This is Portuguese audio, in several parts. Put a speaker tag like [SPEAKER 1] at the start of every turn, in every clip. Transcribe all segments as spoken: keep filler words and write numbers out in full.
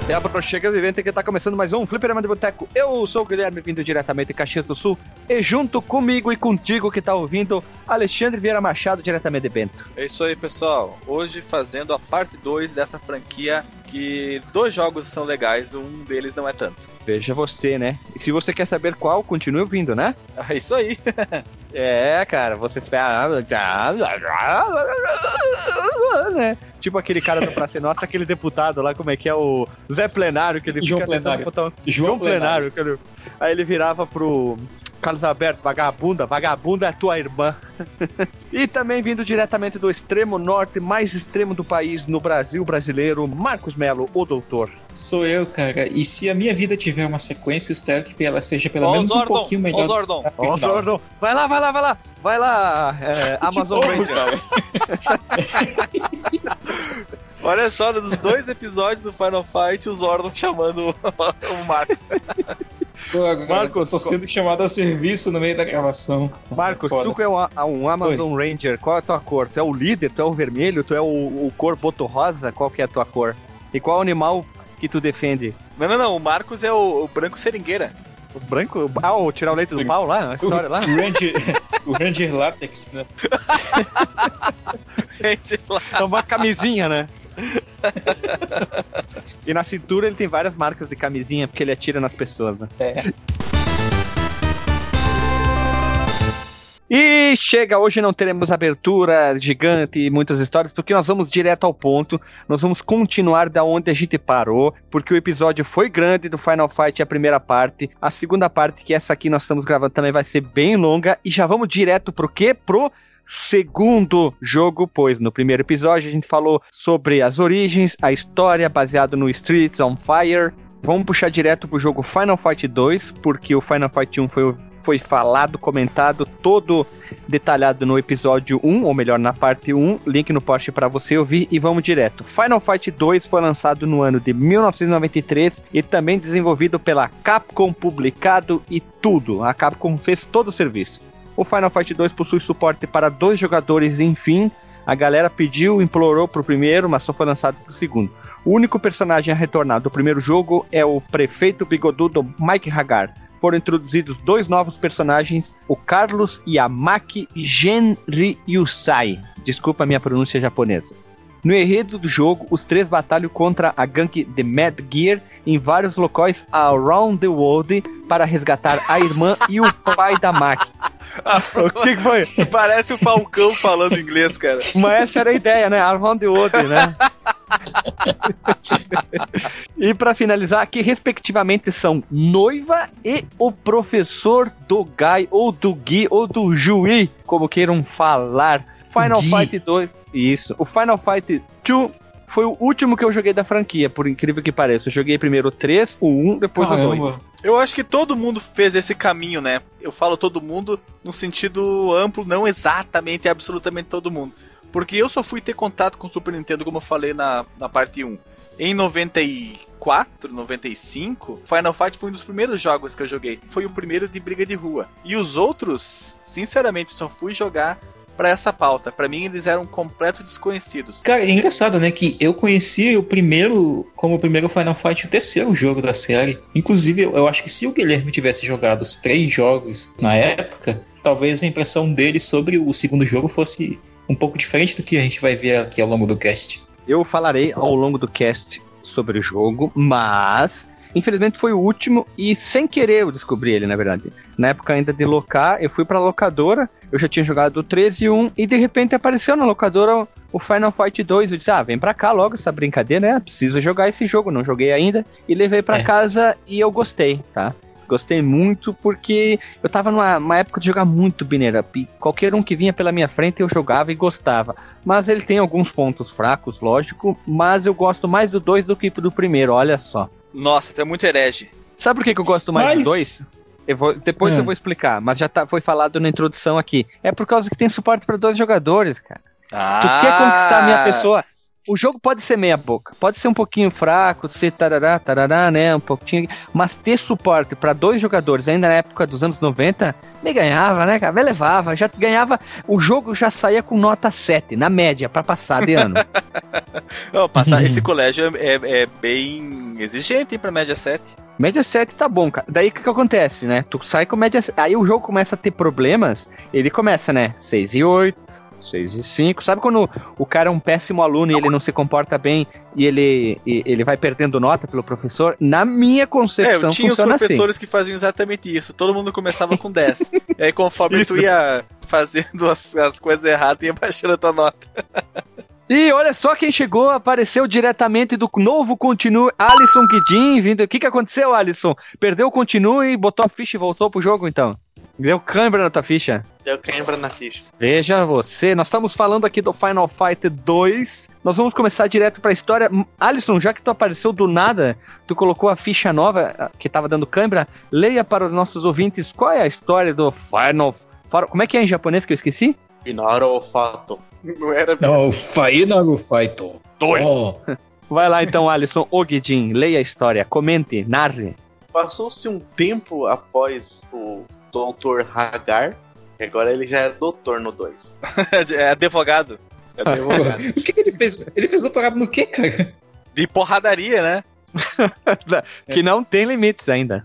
[SPEAKER 1] É a Brochega Vivente que tá começando mais um Fliperama de Boteco. Eu sou o Guilherme, vindo diretamente de Caxias do Sul. E junto comigo e contigo que tá ouvindo, Alexandre Vieira Machado, diretamente de Bento.
[SPEAKER 2] É isso aí, pessoal. Hoje fazendo a parte dois dessa franquia, que dois jogos são legais, um deles não é tanto.
[SPEAKER 1] Veja você, né? E se você quer saber qual, continue ouvindo, né?
[SPEAKER 2] É isso aí.
[SPEAKER 1] É, cara, você espera... né? Tipo aquele cara do Praça Nossa, aquele deputado lá, como é que é o Zé Plenário, que ele
[SPEAKER 3] João
[SPEAKER 1] fica
[SPEAKER 3] Plenário.
[SPEAKER 1] botar um...
[SPEAKER 3] João,
[SPEAKER 1] João Plenário. Que ele... Aí ele virava pro Carlos Alberto, vagabunda, vagabunda é tua irmã. E também vindo diretamente do extremo norte, mais extremo do país, no Brasil brasileiro, Marcos Melo, o doutor.
[SPEAKER 3] Sou eu, cara. E se a minha vida tiver uma sequência, eu espero que ela seja pelo
[SPEAKER 2] Ó,
[SPEAKER 3] menos
[SPEAKER 2] Zordon,
[SPEAKER 3] um pouquinho melhor.
[SPEAKER 2] Ó, Zordon.
[SPEAKER 1] Ó, Zordon. Vai lá, vai lá, vai lá. Vai lá, é, Amazon Ranger.
[SPEAKER 2] Olha só, nos dois episódios do Final Fight, o Zordon chamando o Marcos.
[SPEAKER 3] Pô, agora
[SPEAKER 1] Marcos,
[SPEAKER 3] tô sendo chamado a serviço no meio da gravação.
[SPEAKER 1] Marcos,
[SPEAKER 3] Foda.
[SPEAKER 1] tu que é um, um Amazon Oi. Ranger, qual é a tua cor? Tu é o líder, tu é o vermelho, tu é o, o cor boto rosa? Qual que é a tua cor? E qual animal que tu defende?
[SPEAKER 2] Não, não, não, o Marcos é o, o branco seringueira.
[SPEAKER 1] O branco? Ah, o tirar o leite do pau lá? A história
[SPEAKER 3] o
[SPEAKER 1] lá?
[SPEAKER 3] Ranger, o Ranger Látex, né?
[SPEAKER 2] Ranger Látex.
[SPEAKER 1] É uma camisinha, né? E na cintura ele tem várias marcas de camisinha, porque ele atira nas pessoas, né?
[SPEAKER 3] É.
[SPEAKER 1] E chega, hoje não teremos abertura gigante e muitas histórias, porque nós vamos direto ao ponto, nós vamos continuar da onde a gente parou, porque o episódio foi grande do Final Fight, a primeira parte, a segunda parte, que essa aqui nós estamos gravando também vai ser bem longa, e já vamos direto pro quê? Pro segundo jogo, pois no primeiro episódio a gente falou sobre as origens, a história baseado no Streets on Fire. Vamos puxar direto pro jogo Final Fight dois, porque o Final Fight um foi, foi falado, comentado, todo detalhado no episódio um, ou melhor, na parte um, link no post para você ouvir, e vamos direto. Final Fight dois foi lançado no ano de mil novecentos e noventa e três e também desenvolvido pela Capcom, publicado e tudo. A Capcom fez todo o serviço. O Final Fight dois possui suporte para dois jogadores, enfim, a galera pediu, implorou pro primeiro, mas só foi lançado pro segundo. O único personagem a retornar do primeiro jogo é o prefeito bigodudo Mike Hagar. Foram introduzidos dois novos personagens, o Carlos e a Maki Genryusai. Desculpa a minha pronúncia japonesa. No enredo do jogo, os três batalham contra a gangue de Mad Gear em vários locais around the world para resgatar a irmã e o pai da Maki. O que, que foi?
[SPEAKER 2] Parece o Falcão falando inglês, cara.
[SPEAKER 1] Mas essa era a ideia, né? Around the world, né? E pra finalizar, que respectivamente são Noiva e o professor do Gai, ou do Gui, ou do Juí, como queiram falar. Final
[SPEAKER 3] Gui.
[SPEAKER 1] Fight dois, isso. O Final Fight dois foi o último que eu joguei da franquia, por incrível que pareça. Eu joguei primeiro o três, o um, depois
[SPEAKER 3] Caramba.
[SPEAKER 1] o dois.
[SPEAKER 2] Eu acho que todo mundo fez esse caminho, né? Eu falo todo mundo no sentido amplo, não exatamente, absolutamente todo mundo. Porque eu só fui ter contato com o Super Nintendo, como eu falei na, na parte um, em noventa e quatro, noventa e cinco. Final Fight foi um dos primeiros jogos que eu joguei. Foi o primeiro de briga de rua. E os outros, sinceramente, só fui jogar pra essa pauta. Pra mim, eles eram completos desconhecidos.
[SPEAKER 3] Cara, é engraçado, né? Que eu conheci o primeiro, como o primeiro Final Fight, o terceiro jogo da série. Inclusive, eu, eu acho que se o Guilherme tivesse jogado os três jogos na época, talvez a impressão dele sobre o segundo jogo fosse um pouco diferente do que a gente vai ver aqui ao longo do cast.
[SPEAKER 1] Eu falarei ao longo do cast sobre o jogo, mas infelizmente foi o último e sem querer eu descobri ele, na verdade. Na época ainda de locar, eu fui pra locadora, eu já tinha jogado o três e um e de repente apareceu na locadora o Final Fight dois. Eu disse, ah, vem pra cá logo essa brincadeira, né? Preciso jogar esse jogo, não joguei ainda. E levei pra
[SPEAKER 3] É.
[SPEAKER 1] casa e eu gostei, tá? Gostei muito porque eu tava numa, numa época de jogar muito Binner Up. Qualquer um que vinha pela minha frente eu jogava e gostava. Mas ele tem alguns pontos fracos, lógico. Mas eu gosto mais do dois do que do primeiro, olha só.
[SPEAKER 2] Nossa, tu é muito herege.
[SPEAKER 1] Sabe por que, que eu gosto mais
[SPEAKER 3] Mas...
[SPEAKER 1] do dois? Eu vou, depois
[SPEAKER 3] É.
[SPEAKER 1] eu vou explicar, mas já tá, foi falado na introdução aqui. É por causa que tem suporte para dois jogadores, cara.
[SPEAKER 2] Ah.
[SPEAKER 1] Tu quer conquistar a minha pessoa? O jogo pode ser meia boca, pode ser um pouquinho fraco, ser tarará, tarará, né, um pouquinho, mas ter suporte para dois jogadores, ainda na época dos anos noventa, me ganhava, né, cara, me levava, já ganhava, o jogo já saía com nota sete, na média, para passar de ano.
[SPEAKER 2] Não, passar, esse colégio é, é bem exigente, hein, pra média sete.
[SPEAKER 1] Média sete tá bom, cara. Daí o que que acontece, né? Tu sai com média sete, aí o jogo começa a ter problemas, ele começa, né, seis e oito, seis e cinco, sabe quando o cara é um péssimo aluno e ele não se comporta bem e ele, e, ele vai perdendo nota pelo professor? Na minha concepção,
[SPEAKER 2] é, eu tinha
[SPEAKER 1] funciona
[SPEAKER 2] os professores
[SPEAKER 1] assim.
[SPEAKER 2] Que faziam exatamente isso, todo mundo começava com dez, e aí conforme
[SPEAKER 1] Isso.
[SPEAKER 2] tu ia fazendo as, as coisas erradas, ia baixando a tua nota.
[SPEAKER 1] E olha só quem chegou, apareceu diretamente do novo Continue, Alisson Guidin, vindo. O que que aconteceu, Alisson? Perdeu o Continue, botou a ficha e voltou pro jogo, então? Deu câimbra na tua ficha?
[SPEAKER 4] Deu câimbra na ficha.
[SPEAKER 1] Veja você, nós estamos falando aqui do Final Fight dois, nós vamos começar direto pra história. Alisson, já que tu apareceu do nada, tu colocou a ficha nova, que tava dando câimbra, leia para os nossos ouvintes qual é a história do Final Fight. Como é que é em japonês que eu esqueci?
[SPEAKER 4] Final Fato. Não era...
[SPEAKER 3] Não, Final Fight. Oh.
[SPEAKER 1] Vai lá então, Alisson Ogidin, leia a história, comente, narre.
[SPEAKER 4] Passou-se um tempo após o doutor Hagar, que agora ele já era doutor no dois.
[SPEAKER 2] É advogado.
[SPEAKER 4] É advogado.
[SPEAKER 3] O que, que ele fez? Ele fez doutorado no quê, cara?
[SPEAKER 2] De porradaria, né?
[SPEAKER 1] Que não tem limites ainda.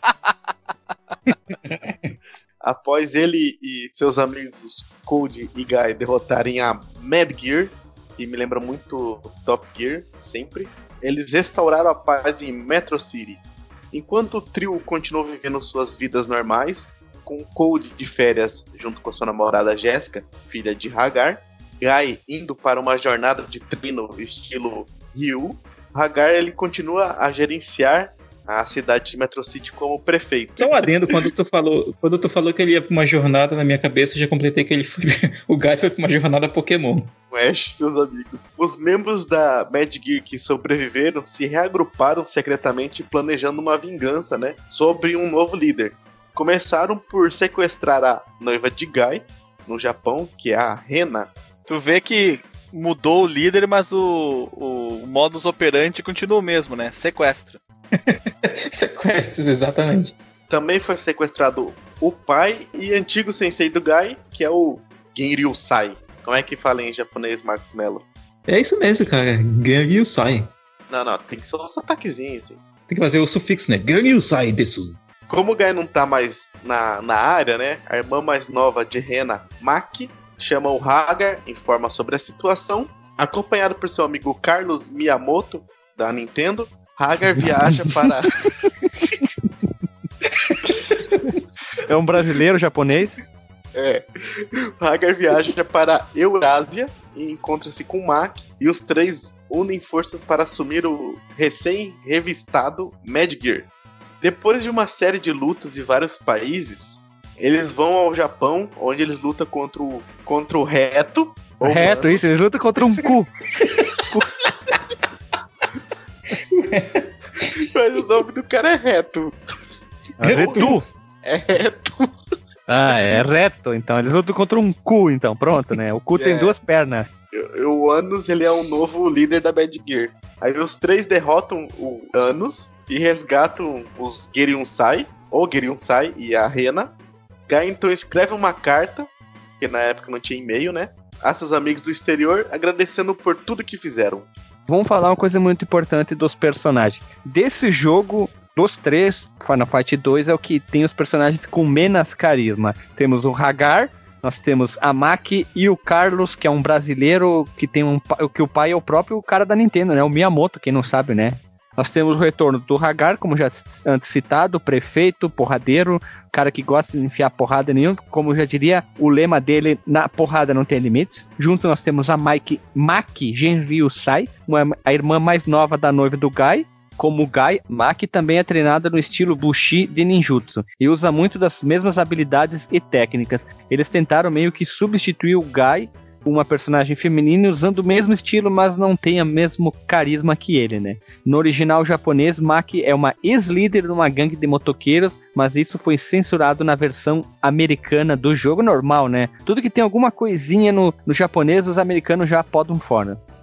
[SPEAKER 4] Após ele e seus amigos Code e Guy derrotarem a Mad Gear, e me lembra muito Top Gear, sempre, eles restauraram a paz em Metro City. Enquanto o trio continuou vivendo suas vidas normais, com Code de férias junto com sua namorada Jéssica, filha de Hagar, Guy indo para uma jornada de treino estilo Ryu, Hagar ele continua a gerenciar a cidade de Metro City como prefeito.
[SPEAKER 3] Só um adendo, quando tu falou, quando tu falou que ele ia pra uma jornada, na minha cabeça eu já completei que ele foi, o Guy foi pra uma jornada Pokémon.
[SPEAKER 4] O Ash e seus amigos. Os membros da Mad Gear que sobreviveram se reagruparam secretamente planejando uma vingança, né, sobre um novo líder. Começaram por sequestrar a noiva de Guy, no Japão, que é a Rena.
[SPEAKER 2] Tu vê que mudou o líder, mas o, o modus operandi continua o mesmo, né? Sequestro.
[SPEAKER 3] Sequestros, exatamente.
[SPEAKER 4] Também foi sequestrado o pai e antigo sensei do Guy, que é o Genryusai. Como é que fala em japonês, Marcos Mello?
[SPEAKER 3] É isso mesmo, cara. Genryusai.
[SPEAKER 4] Não, não, tem que ser uns ataquezinhos, assim.
[SPEAKER 3] Tem que fazer o sufixo, né? Genryusai desu.
[SPEAKER 4] Como o Guy não tá mais na, na área, né? A irmã mais nova de Rena, Maki, chama o Hagar, informa sobre a situação. Acompanhado por seu amigo Carlos Miyamoto, da Nintendo, Hagar viaja para...
[SPEAKER 1] É um brasileiro japonês?
[SPEAKER 4] É. Hagar viaja para Eurásia e encontra-se com Maki, e os três unem forças para assumir o recém-revistado Mad Gear. Depois de uma série de lutas em vários países, eles vão ao Japão, onde eles lutam contra o, contra o Reto.
[SPEAKER 1] Reto, mano. Isso, eles lutam contra um cu.
[SPEAKER 4] Mas o nome do cara é Reto.
[SPEAKER 1] É Reto?
[SPEAKER 4] É Reto.
[SPEAKER 1] Ah, é reto, então. Eles lutam contra um cu, então. Pronto, né? O cu é. Tem duas pernas.
[SPEAKER 4] O Anos, ele é o novo líder da Mad Gear. Aí os três derrotam o Anos e resgatam os Genryusai, ou Genryusai e a Rena. Guy então escreve uma carta, que na época não tinha e-mail, né? A seus amigos do exterior, agradecendo por tudo que fizeram.
[SPEAKER 1] Vamos falar uma coisa muito importante dos personagens. Desse jogo, dos três, Final Fight dois é o que tem os personagens com menos carisma. Temos o Hagar, nós temos a Maki e o Carlos, que é um brasileiro que tem um que o pai é o próprio cara da Nintendo, né? O Miyamoto, quem não sabe, né? Nós temos o retorno do Hagar, como já antes citado, prefeito, porradeiro, cara que gosta de enfiar porrada nenhuma, como já diria o lema dele, na porrada não tem limites. Junto nós temos a Mike, Maki Genryusai, uma, a irmã mais nova da noiva do Guy. Como o Guy, Maki também é treinada no estilo Bushi de ninjutsu e usa muito das mesmas habilidades e técnicas. Eles tentaram meio que substituir o Guy por uma personagem feminina usando o mesmo estilo, mas não tem o mesmo carisma que ele, né? No original japonês, Maki é uma ex-líder de uma gangue de motoqueiros, mas isso foi censurado na versão americana do jogo normal, né? Tudo que tem alguma coisinha no, no japonês, os americanos já podam fora.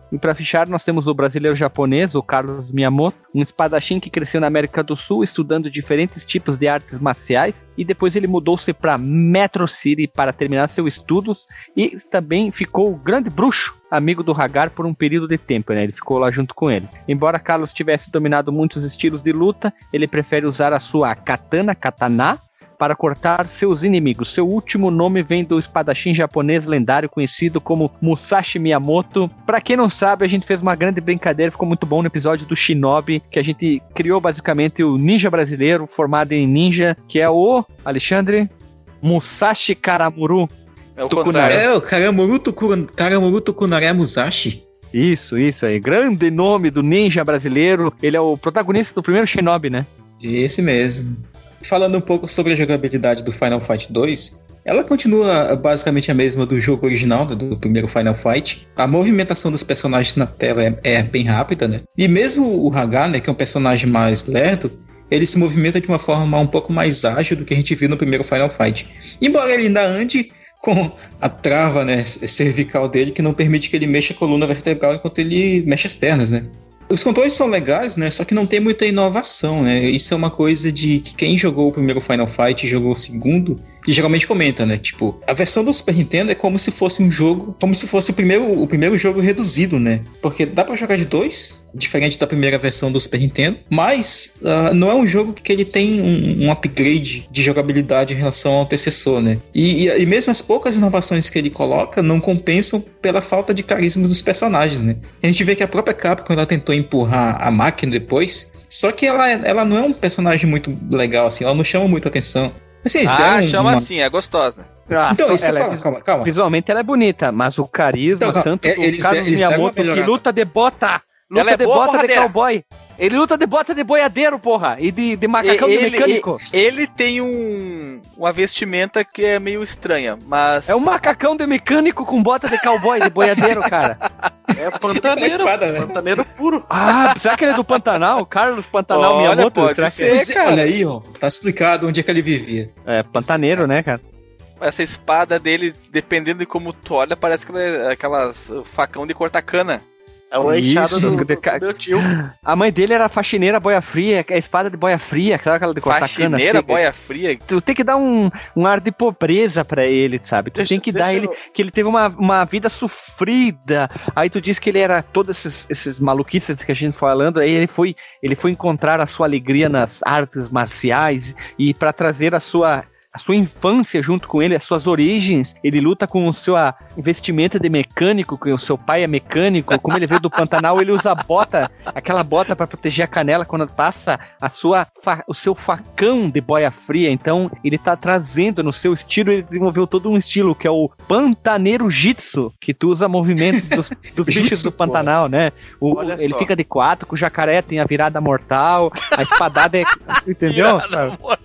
[SPEAKER 1] E para fechar, nós temos o brasileiro japonês, o Carlos Miyamoto, um espadachim que cresceu na América do Sul, estudando diferentes tipos de artes marciais, e depois ele mudou-se para Metro City para terminar seus estudos, e também ficou o grande bruxo, amigo do Hagar por um período de tempo, né? Ele ficou lá junto com ele. Embora Carlos tivesse dominado muitos estilos de luta, ele prefere usar a sua katana, katana, para cortar seus inimigos. Seu último nome vem do espadachim japonês lendário conhecido como Musashi Miyamoto. Pra quem não sabe, a gente fez uma grande brincadeira, ficou muito bom no episódio do Shinobi, que a gente criou basicamente o ninja brasileiro formado em ninja, que é o, Alexandre, Musashi Karamuru.
[SPEAKER 2] É o contrário.
[SPEAKER 3] É, o Karamuru, Tuku, Karamuru Tukunare Musashi.
[SPEAKER 1] Isso, isso aí. Grande nome do ninja brasileiro. Ele é o protagonista do primeiro Shinobi, né?
[SPEAKER 3] Esse mesmo. Falando um pouco sobre a jogabilidade do Final Fight dois, ela continua basicamente a mesma do jogo original, do primeiro Final Fight. A movimentação dos personagens na tela é, é bem rápida, né? E mesmo o Hagar, né, que é um personagem mais lerdo, ele se movimenta de uma forma um pouco mais ágil do que a gente viu no primeiro Final Fight. Embora ele ainda ande com a trava, né, cervical dele, que não permite que ele mexa a coluna vertebral enquanto ele mexe as pernas, né? Os controles são legais, né? Só que não tem muita inovação, né? Isso é uma coisa de que quem jogou o primeiro Final Fight e jogou o segundo, e geralmente comenta, né? Tipo, a versão do Super Nintendo é como se fosse um jogo, como se fosse o primeiro, o primeiro jogo reduzido, né? Porque dá pra jogar de dois, diferente da primeira versão do Super Nintendo, mas uh, não é um jogo que ele tem um, um upgrade de jogabilidade em relação ao antecessor, né? E, e, e mesmo as poucas inovações que ele coloca não compensam pela falta de carisma dos personagens, né? A gente vê que a própria Capcom, ela tentou empurrar a máquina depois, só que ela, ela não é um personagem muito legal, assim, ela não chama muita atenção. Assim,
[SPEAKER 2] ah, chama
[SPEAKER 3] uma...
[SPEAKER 2] assim, é gostosa.
[SPEAKER 1] Ah,
[SPEAKER 3] então, isso
[SPEAKER 1] ela
[SPEAKER 3] que eu falo,
[SPEAKER 1] é,
[SPEAKER 3] calma, calma.
[SPEAKER 1] Visualmente ela é bonita, mas o carisma,
[SPEAKER 3] então,
[SPEAKER 1] tanto
[SPEAKER 3] é,
[SPEAKER 1] do
[SPEAKER 3] eles
[SPEAKER 1] Carlos
[SPEAKER 3] de, eles
[SPEAKER 1] Miyamoto, que luta de bota, luta
[SPEAKER 2] ela é
[SPEAKER 1] de
[SPEAKER 2] boa,
[SPEAKER 1] bota de
[SPEAKER 2] porradeira.
[SPEAKER 1] cowboy. Ele luta de bota de boiadeiro, porra, e de, de macacão
[SPEAKER 2] ele,
[SPEAKER 1] de mecânico.
[SPEAKER 2] Ele, ele tem um, uma vestimenta que é meio estranha, mas...
[SPEAKER 1] É um macacão de mecânico com bota de cowboy, de boiadeiro, cara.
[SPEAKER 4] É pantaneiro,
[SPEAKER 3] espada, né?
[SPEAKER 4] pantaneiro puro.
[SPEAKER 1] Ah, será que ele é do Pantanal? Carlos Pantanal
[SPEAKER 2] Olha,
[SPEAKER 1] Miyamoto?
[SPEAKER 2] pode
[SPEAKER 1] Será
[SPEAKER 2] ser.
[SPEAKER 1] que
[SPEAKER 3] Pois é, olha aí, ó, tá explicado onde é que ele vivia.
[SPEAKER 1] é? É, pantaneiro, né, cara?
[SPEAKER 2] Essa espada dele, dependendo de como tu olha, parece que ela é aquelas facão de cortar cana.
[SPEAKER 4] É uma enxada
[SPEAKER 1] Isso,
[SPEAKER 4] do, do,
[SPEAKER 1] de ca-
[SPEAKER 4] do meu tio.
[SPEAKER 1] A mãe dele era faxineira boia fria, a espada de boia fria, sabe aquela de cortar cana?
[SPEAKER 2] Faxineira,
[SPEAKER 1] seca?
[SPEAKER 2] boia fria.
[SPEAKER 1] Tu tem que dar um, um ar de pobreza pra ele, sabe? Tu
[SPEAKER 4] Deixa-
[SPEAKER 1] tem que dar
[SPEAKER 4] deixa
[SPEAKER 1] ele
[SPEAKER 4] eu-
[SPEAKER 1] que ele teve uma, uma vida sofrida. Aí tu diz que ele era todos esses, esses maluquices que a gente foi falando. Aí ele foi, ele foi encontrar a sua alegria nas artes marciais e pra trazer a sua a sua infância junto com ele, as suas origens. Ele luta com o seu a, vestimenta de mecânico, que o seu pai é mecânico. Como ele veio do Pantanal, ele usa bota, aquela bota pra proteger a canela quando passa a sua, fa, o seu facão de boia fria. Então ele tá trazendo no seu estilo, ele desenvolveu todo um estilo que é o Pantaneiro Jitsu, que tu usa movimentos dos, dos bichos
[SPEAKER 3] Jutsu,
[SPEAKER 1] do Pantanal, né? O,
[SPEAKER 4] Olha
[SPEAKER 1] ele
[SPEAKER 4] só.
[SPEAKER 1] fica de quatro, com o jacaré tem a virada mortal, a espadada é... Entendeu?
[SPEAKER 2] Virada mortal.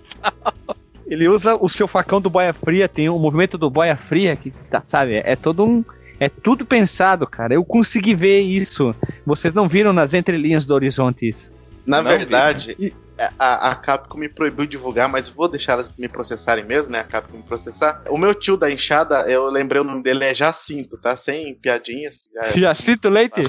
[SPEAKER 1] Ele usa o seu facão do boia fria, tem o movimento do boia fria, que tá, sabe, é todo um... É tudo pensado, cara. Eu consegui ver isso. Vocês não viram nas entrelinhas do horizonte isso.
[SPEAKER 4] Na
[SPEAKER 2] Não
[SPEAKER 4] verdade, a, a Capcom me proibiu divulgar, mas vou deixar elas me processarem mesmo, né? A Capcom me processar. O meu tio da enxada, eu lembrei o nome dele, é Jacinto, tá? Sem piadinhas.
[SPEAKER 1] Jacinto Leite?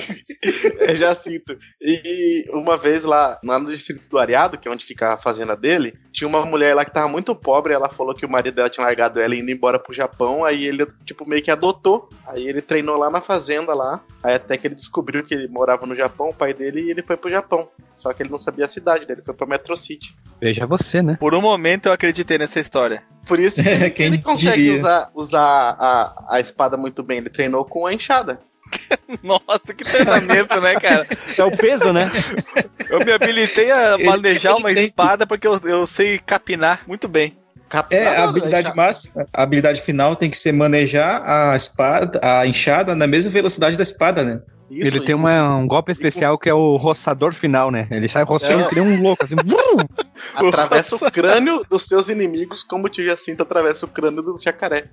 [SPEAKER 4] É Jacinto. E uma vez lá, lá no distrito do Areado, que é onde fica a fazenda dele, tinha uma mulher lá que tava muito pobre, ela falou que o marido dela tinha largado ela indo embora pro Japão, aí ele, tipo, meio que adotou. Aí ele treinou lá na fazenda lá, aí até que ele descobriu que ele morava no Japão, o pai dele, e ele foi pro Japão. Só que ele não sabia a cidade dele, foi pra Metro City.
[SPEAKER 1] Veja você, né?
[SPEAKER 2] Por um momento eu acreditei nessa história.
[SPEAKER 4] Por isso que
[SPEAKER 3] É, quem
[SPEAKER 4] ele consegue
[SPEAKER 3] diria?
[SPEAKER 4] usar, usar a, a espada muito bem, ele treinou com a enxada.
[SPEAKER 2] Nossa, que treinamento, né, cara?
[SPEAKER 1] É o peso, né?
[SPEAKER 2] Eu me habilitei a
[SPEAKER 3] Ele-
[SPEAKER 2] manejar
[SPEAKER 3] ele
[SPEAKER 2] uma
[SPEAKER 3] tem-
[SPEAKER 2] espada porque eu, eu sei capinar muito bem.
[SPEAKER 3] É, a habilidade máxima, a habilidade final tem que ser manejar a espada, a enxada na mesma velocidade da espada, né?
[SPEAKER 4] Isso,
[SPEAKER 1] Ele tem
[SPEAKER 4] e-
[SPEAKER 1] uma, um golpe especial que é o roçador final, né? Ele sai roçando
[SPEAKER 4] É.
[SPEAKER 1] que nem um louco, assim. Brum!
[SPEAKER 4] Atravessa o crânio dos seus inimigos, como o tio Jacinto atravessa o crânio do jacaré.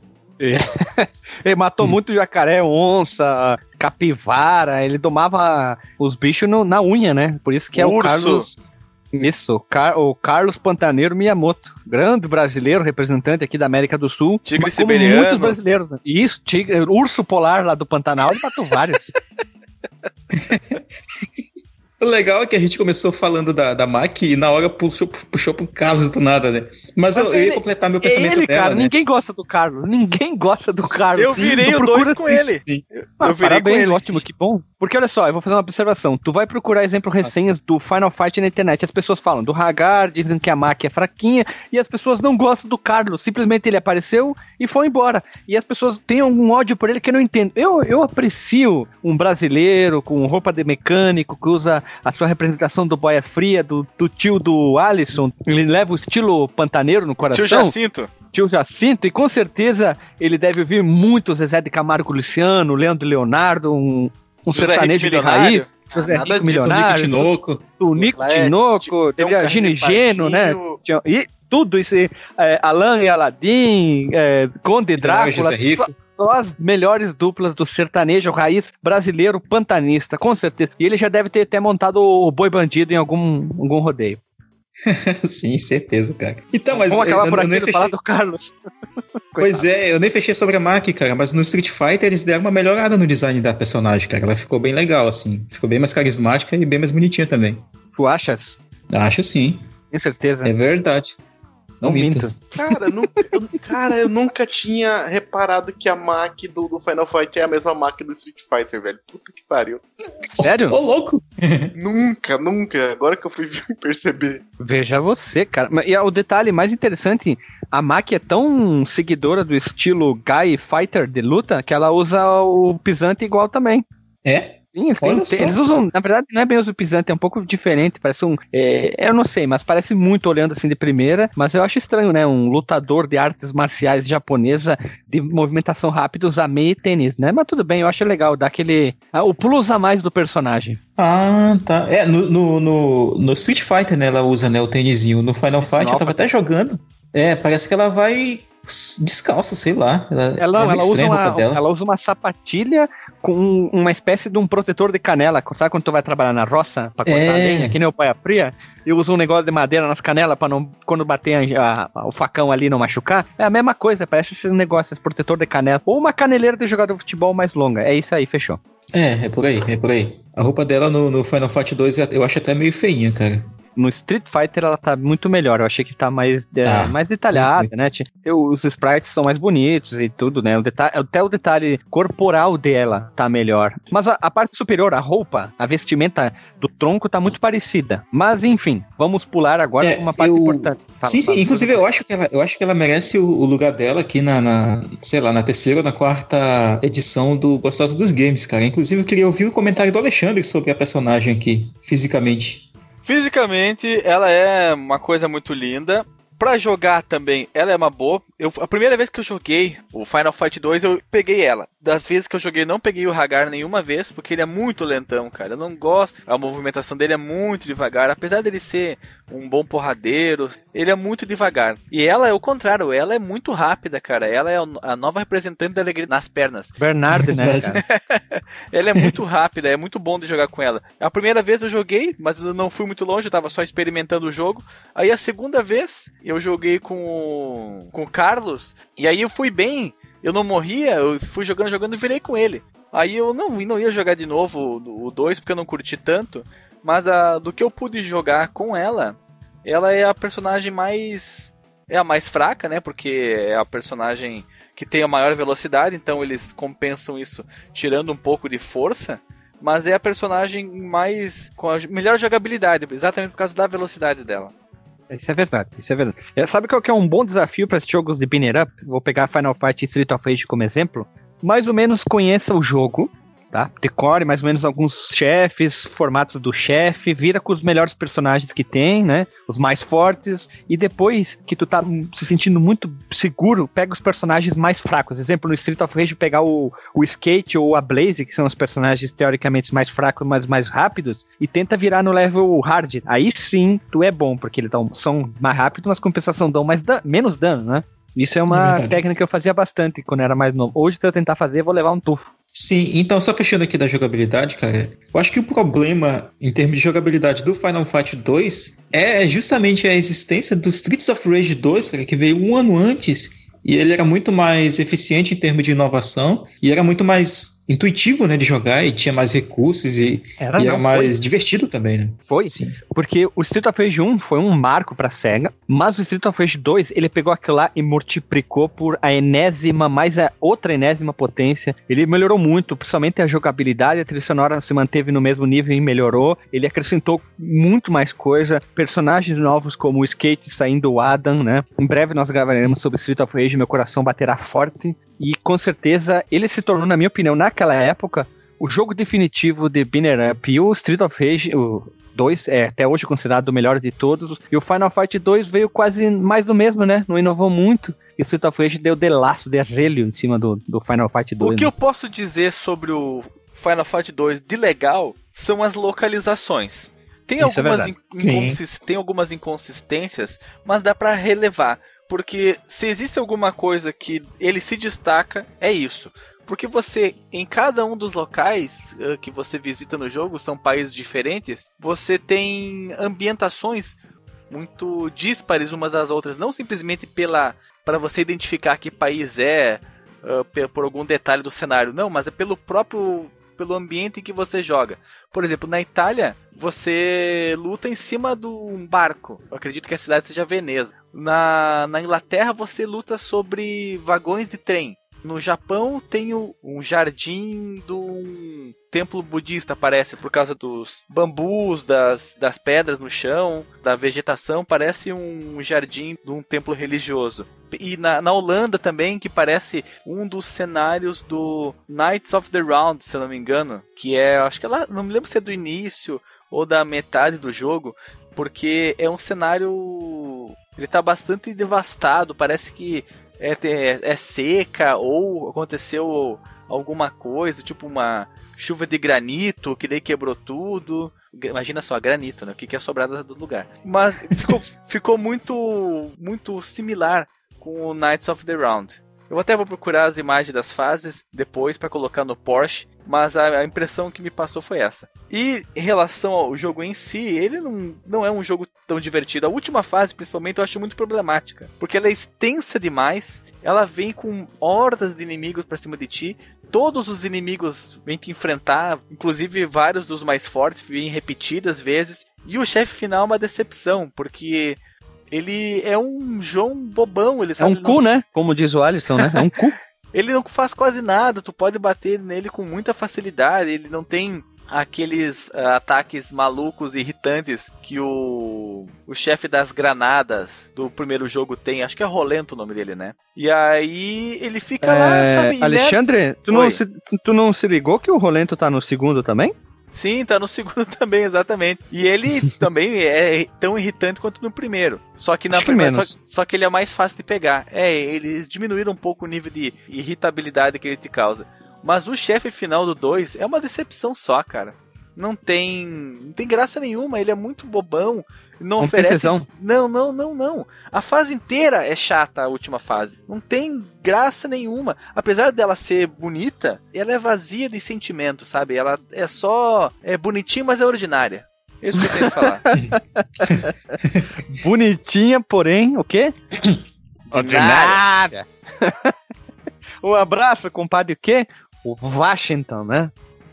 [SPEAKER 1] Ele matou muito jacaré, onça, capivara. Ele domava os bichos no- na unha, né? Por isso que é o
[SPEAKER 2] Urso.
[SPEAKER 1] Carlos. Isso, o, Car- o Carlos Pantaneiro Miyamoto, grande brasileiro, representante aqui da América do Sul.
[SPEAKER 2] Tigre
[SPEAKER 1] mas como
[SPEAKER 2] siberiano.
[SPEAKER 1] muitos brasileiros, né? Isso, tigre, urso polar lá do Pantanal, ele matou vários.
[SPEAKER 3] O legal é que a gente começou falando da, da Mac e na hora puxou, puxou pro Carlos do nada, né? Mas, Mas eu, ele, eu ia completar meu pensamento
[SPEAKER 1] ele,
[SPEAKER 3] dela,
[SPEAKER 1] cara,
[SPEAKER 3] né?
[SPEAKER 1] Ninguém gosta do Carlos. Ninguém gosta do Carlos.
[SPEAKER 2] Eu virei o dois com ele.
[SPEAKER 1] Sim.
[SPEAKER 2] Eu,
[SPEAKER 1] ah,
[SPEAKER 2] eu virei
[SPEAKER 1] parabéns,
[SPEAKER 2] com ele.
[SPEAKER 1] Ótimo, que bom. Porque olha só, eu vou fazer uma observação. Tu vai procurar exemplo resenhas do Final Fight na internet. As pessoas falam do Hagar, dizem que a Mac é fraquinha e as pessoas não gostam do Carlos. Simplesmente ele apareceu e foi embora. E as pessoas têm um ódio por ele que eu não entendo. Eu, eu aprecio um brasileiro com roupa de mecânico que usa a sua representação do boia fria, do, do tio do Alisson. Ele leva o estilo pantaneiro no coração.
[SPEAKER 2] Tio Jacinto.
[SPEAKER 1] Tio Jacinto, e com certeza ele deve ouvir muito Zezé de Camargo Luciano, Leandro Leonardo, um, um sertanejo de raiz,
[SPEAKER 4] ah,
[SPEAKER 1] José Rico Milionário, o Nico Tinoco, teve a Gino e Geno, né? E tudo isso, é, Alan e Aladim, é, Conde Drácula, são as melhores duplas do sertanejo raiz brasileiro pantanista, com certeza. E ele já deve ter até montado o Boi Bandido em algum, algum rodeio.
[SPEAKER 3] Sim, certeza, cara. Então, mas
[SPEAKER 1] vamos acabar
[SPEAKER 3] eu,
[SPEAKER 1] por
[SPEAKER 3] eu
[SPEAKER 1] aqui
[SPEAKER 3] nem
[SPEAKER 1] e
[SPEAKER 3] fechei...
[SPEAKER 1] falar do Carlos.
[SPEAKER 3] Pois é, eu nem fechei sobre a Mac, cara, mas no Street Fighter eles deram uma melhorada no design da personagem, cara. Ela ficou bem legal, assim. Ficou bem mais carismática e bem mais bonitinha também.
[SPEAKER 1] Tu achas?
[SPEAKER 3] Acho sim.
[SPEAKER 1] Tenho certeza.
[SPEAKER 3] É verdade.
[SPEAKER 1] Não, não minto.
[SPEAKER 4] Cara, nunca, eu, cara, eu nunca tinha reparado que a Mac do, do Final Fight é a mesma Mac do Street Fighter, velho. Puta que pariu.
[SPEAKER 1] Sério?
[SPEAKER 3] Ô, oh, louco!
[SPEAKER 4] Nunca, nunca. Agora que eu fui perceber.
[SPEAKER 1] Veja você, cara. E o detalhe mais interessante, a Mac é tão seguidora do estilo Guy Fighter de luta que ela usa o pisante igual também.
[SPEAKER 3] É?
[SPEAKER 1] Sim, sim, eles usam, na verdade não é bem o pisante, é um pouco diferente, parece um, é, eu não sei, mas parece muito olhando assim de primeira, mas eu acho estranho, né, um lutador de artes marciais japonesa de movimentação rápida usar meia e tênis, né, mas tudo bem, eu acho legal, dá aquele, ah, o plus a mais do personagem.
[SPEAKER 3] Ah, tá, é, no, no, no, no Street Fighter, né, ela usa, né, o tênisinho, no Final Esse Fight eu tava até jogando, é, parece que ela vai... descalça, sei lá. Ela,
[SPEAKER 1] ela,
[SPEAKER 3] é
[SPEAKER 1] ela, usa uma, ela usa uma sapatilha com uma espécie de um protetor de canela. Sabe quando tu vai trabalhar na roça pra cortar é. lenha, que nem o Paia Fria? E usa um negócio de madeira nas canelas pra não, quando bater a, a, o facão ali não machucar? É a mesma coisa, parece esse negócio, esse protetor de canela. Ou uma caneleira de jogador de futebol mais longa. É isso aí, fechou.
[SPEAKER 3] É, é por aí, é por aí. A roupa dela no, no Final Fight dois eu acho até meio feinha, cara.
[SPEAKER 1] No Street Fighter ela tá muito melhor, eu achei que tá mais, é,
[SPEAKER 3] tá.
[SPEAKER 1] mais detalhada, né? Os sprites são mais bonitos e tudo, né? O detalhe, até o detalhe corporal dela tá melhor. Mas a, a parte superior, a roupa, a vestimenta do tronco tá muito parecida. Mas enfim, vamos pular agora
[SPEAKER 3] é,
[SPEAKER 1] pra uma parte
[SPEAKER 3] eu...
[SPEAKER 1] importante.
[SPEAKER 3] Fala, sim, sim, fala, inclusive eu acho que ela, eu acho que ela merece o, o lugar dela aqui na, na, sei lá, na terceira ou na quarta edição do Gostoso dos Games, cara. Inclusive eu queria ouvir o comentário do Alexandre sobre a personagem aqui, fisicamente.
[SPEAKER 2] Fisicamente, ela é uma coisa muito linda. Pra jogar também, ela é uma boa. Eu, a primeira vez que eu joguei o Final Fight dois, eu peguei ela. Das vezes que eu joguei, não peguei o Hagar nenhuma vez, porque ele é muito lentão, cara. Eu não gosto. A movimentação dele é muito devagar. Apesar dele ser um bom porradeiro, ele é muito devagar. E ela é o contrário, ela é muito rápida, cara. Ela é a nova representante da alegria nas pernas.
[SPEAKER 1] Bernardo, né, cara?
[SPEAKER 2] Ela é muito rápida, é muito bom de jogar com ela. A primeira vez eu joguei, mas eu não fui muito longe, eu tava só experimentando o jogo. Aí a segunda vez, eu joguei com o, com o Carlos, e aí eu fui bem. Eu não morria, eu fui jogando, jogando e virei com ele. Aí eu não, não ia jogar de novo o dois, porque eu não curti tanto. Mas a, do que eu pude jogar com ela, ela é a personagem mais... É a mais fraca, né? Porque é a personagem que tem a maior velocidade, então eles compensam isso tirando um pouco de força. Mas é a personagem mais... com a melhor jogabilidade, exatamente por causa da velocidade dela.
[SPEAKER 1] Isso é verdade, isso é verdade. Sabe qual que é um bom desafio para esses jogos de binner up? Vou pegar Final Fight e Street of Rage como exemplo. Mais ou menos conheça o jogo, tá? Decore mais ou menos alguns chefes, formatos do chefe, vira com os melhores personagens que tem, né? Os mais fortes, e depois que tu tá se sentindo muito seguro, pega os personagens mais fracos. Exemplo, no Street of Rage, pegar o, o Skate ou a Blaze, que são os personagens teoricamente mais fracos, mas mais rápidos, e tenta virar no level hard. Aí sim, tu é bom, porque eles dão, são mais rápidos, mas compensação dão mais dan- menos dano, né? Isso é uma é técnica que eu fazia bastante quando eu era mais novo. Hoje, se eu tentar fazer, eu vou levar um tufo.
[SPEAKER 3] Sim, então só fechando aqui da jogabilidade, cara, eu acho que o problema em termos de jogabilidade do Final Fight dois é justamente a existência do Streets of Rage dois, cara, que veio um ano antes, e ele era muito mais eficiente em termos de inovação, e era muito mais intuitivo, né, de jogar, e tinha mais recursos e era, e era mais foi. divertido também, né?
[SPEAKER 1] Foi, sim. Porque o Street of Rage um foi um marco pra SEGA, mas o Street of Rage dois, ele pegou aquilo lá e multiplicou por a enésima, mais a outra enésima potência. Ele melhorou muito, principalmente a jogabilidade, a trilha sonora se manteve no mesmo nível e melhorou. Ele acrescentou muito mais coisa, personagens novos como o Skate saindo o Adam, né? Em breve nós gravaremos sobre Street of Rage, meu coração baterá forte. E com certeza ele se tornou, na minha opinião, naquela época, o jogo definitivo de Beat'em Up. E o Street of Rage o dois é até hoje considerado o melhor de todos. E o Final Fight dois veio quase mais do mesmo, né? Não inovou muito. E o Street of Rage deu de laço, de arrelho em cima do, do Final Fight dois.
[SPEAKER 2] O que
[SPEAKER 1] né?
[SPEAKER 2] eu posso dizer sobre o Final Fight dois de legal são as localizações. Tem, algumas,
[SPEAKER 1] é
[SPEAKER 2] inconsist... tem algumas inconsistências, mas dá pra relevar. Porque se existe alguma coisa que ele se destaca, é isso. Porque você, em cada um dos locais uh, que você visita no jogo, são países diferentes, você tem ambientações muito díspares umas das outras. Não simplesmente pela para você identificar que país é, uh, por algum detalhe do cenário. Não, mas é pelo próprio... pelo ambiente em que você joga. Por exemplo, na Itália, você luta em cima de um barco. Eu acredito que a cidade seja Veneza. Na, na Inglaterra, você luta sobre vagões de trem. No Japão, tem o, um jardim de um templo budista, parece, por causa dos bambus, das, das pedras no chão, da vegetação. Parece um jardim de um templo religioso. E na, na Holanda também, que parece um dos cenários do Knights of the Round, se eu não me engano. Que é, acho que ela, não me lembro se é do início ou da metade do jogo, porque é um cenário... ele tá bastante devastado, parece que é, é, é seca ou aconteceu alguma coisa, tipo uma chuva de granito que daí quebrou tudo. Imagina só, granito, né? O que é sobrado do lugar. Mas ficou, ficou muito, muito similar com o Knights of the Round. Eu até vou procurar as imagens das fases depois para colocar no Porsche, mas a, a impressão que me passou foi essa. E em relação ao jogo em si, ele não, não é um jogo tão divertido. A última fase, principalmente, eu acho muito problemática, porque ela é extensa demais, ela vem com hordas de inimigos pra cima de ti, todos os inimigos vêm te enfrentar, inclusive vários dos mais fortes vêm repetidas vezes, e o chefe final é uma decepção, porque... ele é um João bobão. Ele sabe,
[SPEAKER 1] é um cu, não... né? Como diz o Alisson, né? É um cu.
[SPEAKER 2] Ele não faz quase nada. Tu pode bater nele com muita facilidade. Ele não tem aqueles uh, ataques malucos e irritantes que o, o chefe das granadas do primeiro jogo tem. Acho que é Rolento o nome dele, né? E aí ele fica é... lá, sabe?
[SPEAKER 1] Alexandre, tu não, se, tu não se ligou que o Rolento tá no segundo também?
[SPEAKER 2] Sim, tá no segundo também, exatamente. E ele também é tão irritante quanto no primeiro. Só que na primeira, só, só que ele é mais fácil de pegar. É, eles diminuíram um pouco o nível de irritabilidade que ele te causa. Mas o chefe final do dois é uma decepção só, cara. Não tem, não tem graça nenhuma, ele é muito bobão. Não, não oferece. Não, não, não, não. A fase inteira é chata, a última fase. Não tem graça nenhuma. Apesar dela ser bonita, ela é vazia de sentimento, sabe? Ela é só. É bonitinha, mas é ordinária. É isso que eu tenho que falar.
[SPEAKER 1] Bonitinha, porém, o quê? Ordinária. Um abraço, compadre, o quê? O Washington, né?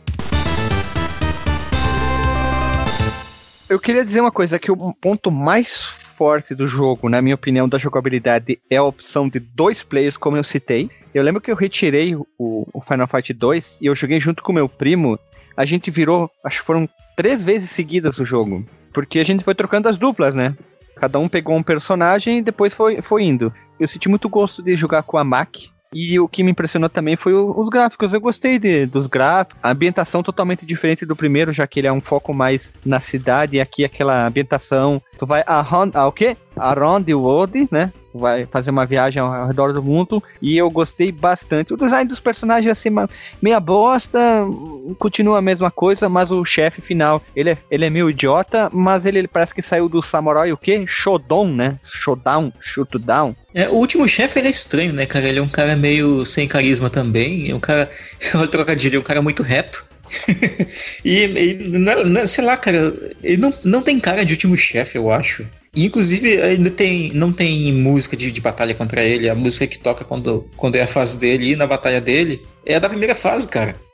[SPEAKER 1] Eu queria dizer uma coisa, que o ponto mais forte do jogo, na minha opinião, da jogabilidade, é a opção de dois players, como eu citei. Eu lembro que eu retirei o, o Final Fight dois e eu joguei junto com meu primo. A gente virou, acho que foram três vezes seguidas o jogo, porque a gente foi trocando as duplas, né? Cada um pegou um personagem e depois foi, foi indo. Eu senti muito gosto de jogar com a Maki. E o que me impressionou também foi o, os gráficos. Eu gostei de, dos gráficos. A ambientação totalmente diferente do primeiro, já que ele é um foco mais na cidade. E aqui aquela ambientação... Tu vai around, ah, o quê? Around the world, né? Vai fazer uma viagem ao, ao redor do mundo. E eu gostei bastante. O design dos personagens, assim, meia bosta. Continua a mesma coisa, mas o chefe final, ele é, ele é meio idiota. Mas ele, ele parece que saiu do Samurai, o quê? Shodown, né? Shodown, Shootdown.
[SPEAKER 3] É, o último chefe, ele é estranho, né, cara? Ele é um cara meio sem carisma também. É um cara... Olha o trocadilho, é um cara muito reto. e, e não, não, sei lá, cara, ele não, não tem cara de último chefe, eu acho. E, inclusive, ainda tem, não tem música de, de batalha contra ele. A música que toca quando, quando é a fase dele e na batalha dele é a da primeira fase, cara.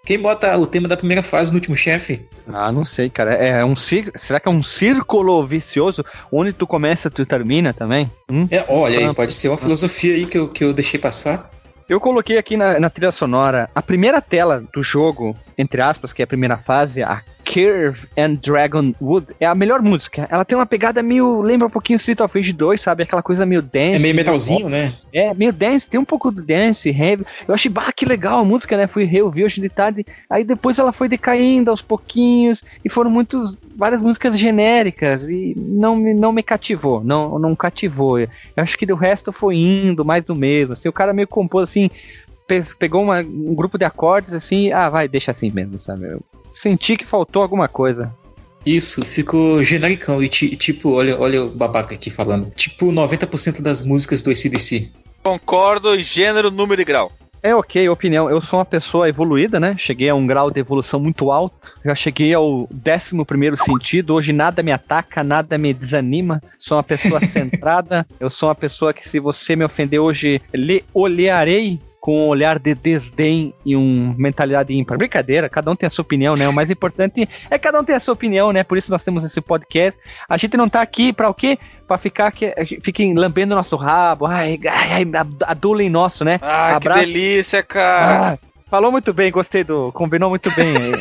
[SPEAKER 3] Quem bota o tema da primeira fase no último chefe?
[SPEAKER 1] Ah, não sei, cara. É um círculo. Será que é um círculo vicioso onde tu começa e tu termina também? Hum?
[SPEAKER 3] É, olha aí, pode ser uma filosofia aí que eu, que eu deixei passar.
[SPEAKER 1] Eu coloquei aqui na, na trilha sonora a primeira tela do jogo, entre aspas, que é a primeira fase, a Curve and Dragon Wood, é a melhor música. Ela tem uma pegada meio, lembra um pouquinho Street of Rage dois, sabe? Aquela coisa meio dance.
[SPEAKER 3] É meio metalzinho, né?
[SPEAKER 1] É, meio dance, tem um pouco de dance, heavy. Eu achei, bah, que legal a música, né? Fui reouvir hoje de tarde. Aí depois ela foi decaindo aos pouquinhos, e foram muitos, várias músicas genéricas, e não me, não me cativou, não, não cativou. Eu acho que do resto foi indo, mais do mesmo. Assim, o cara meio compôs assim, pegou uma, um grupo de acordes assim, ah, vai, deixa assim mesmo, sabe? Eu senti que faltou alguma coisa.
[SPEAKER 3] Isso, ficou genericão e ti, tipo, olha, olha o babaca aqui falando, tipo noventa por cento das músicas do A C D C.
[SPEAKER 2] Concordo em gênero, número e grau.
[SPEAKER 1] É ok, opinião. Eu sou uma pessoa evoluída, né? Cheguei a um grau de evolução muito alto. Já cheguei ao décimo primeiro sentido. Hoje nada me ataca, nada me desanima. Sou uma pessoa centrada. Eu sou uma pessoa que, se você me ofender hoje, lhe olharei com um olhar de desdém e uma mentalidade ímpar. Brincadeira, cada um tem a sua opinião, né? O mais importante é cada um ter a sua opinião, né? Por isso nós temos esse podcast. A gente não tá aqui pra o quê? Pra ficar que, fiquem lambendo nosso rabo. Ai, ai, adulem nosso, né?
[SPEAKER 2] Ai, Abraço. Que delícia, cara.
[SPEAKER 1] Ah, falou muito bem, gostei do... Combinou muito bem aí.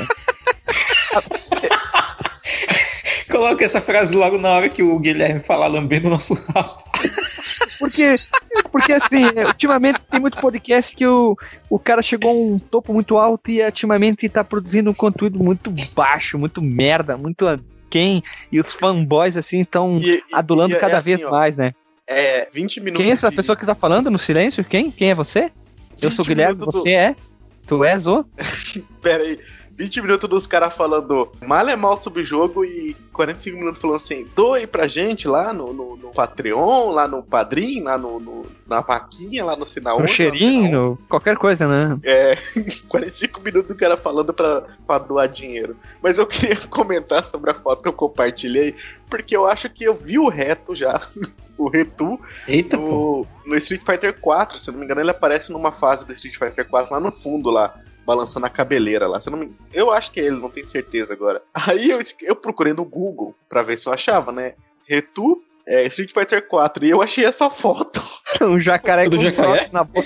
[SPEAKER 3] Coloca essa frase logo na hora que o Guilherme falar lambendo o nosso rabo.
[SPEAKER 1] Porque, porque assim, ultimamente tem muito podcast que o, o cara chegou a um topo muito alto e ultimamente tá produzindo um conteúdo muito baixo, muito merda, muito quem e os fanboys assim estão adulando e, cada é assim, vez ó, mais, né?
[SPEAKER 4] É, vinte minutos.
[SPEAKER 1] Quem é essa
[SPEAKER 4] de...
[SPEAKER 1] pessoa que está falando no silêncio? Quem? Quem é você? Eu sou o Guilherme, você do... é? Tu és o?
[SPEAKER 4] Pera aí. vinte minutos dos caras falando mal é mal sobre o jogo e quarenta e cinco minutos falando assim, doe pra gente lá no, no, no Patreon, lá no Padrim, lá no, no, na vaquinha, lá no sinal.
[SPEAKER 1] No cheirinho, qualquer coisa, né?
[SPEAKER 4] É, quarenta e cinco minutos do cara falando pra, pra doar dinheiro. Mas eu queria comentar sobre a foto que eu compartilhei, porque eu acho que eu vi o Reto já, o Retu,
[SPEAKER 3] Eita,
[SPEAKER 4] no, no Street Fighter quatro, se eu não me engano ele aparece numa fase do Street Fighter quatro lá no fundo lá. Balançando a cabeleira lá. Se eu, não me... eu acho que é ele, não tenho certeza agora. Aí eu, eu procurei no Google pra ver se eu achava, né? Retu, é, Street Fighter quatro. E eu achei essa foto.
[SPEAKER 1] Um jacaré com
[SPEAKER 3] jacaré
[SPEAKER 1] na boca.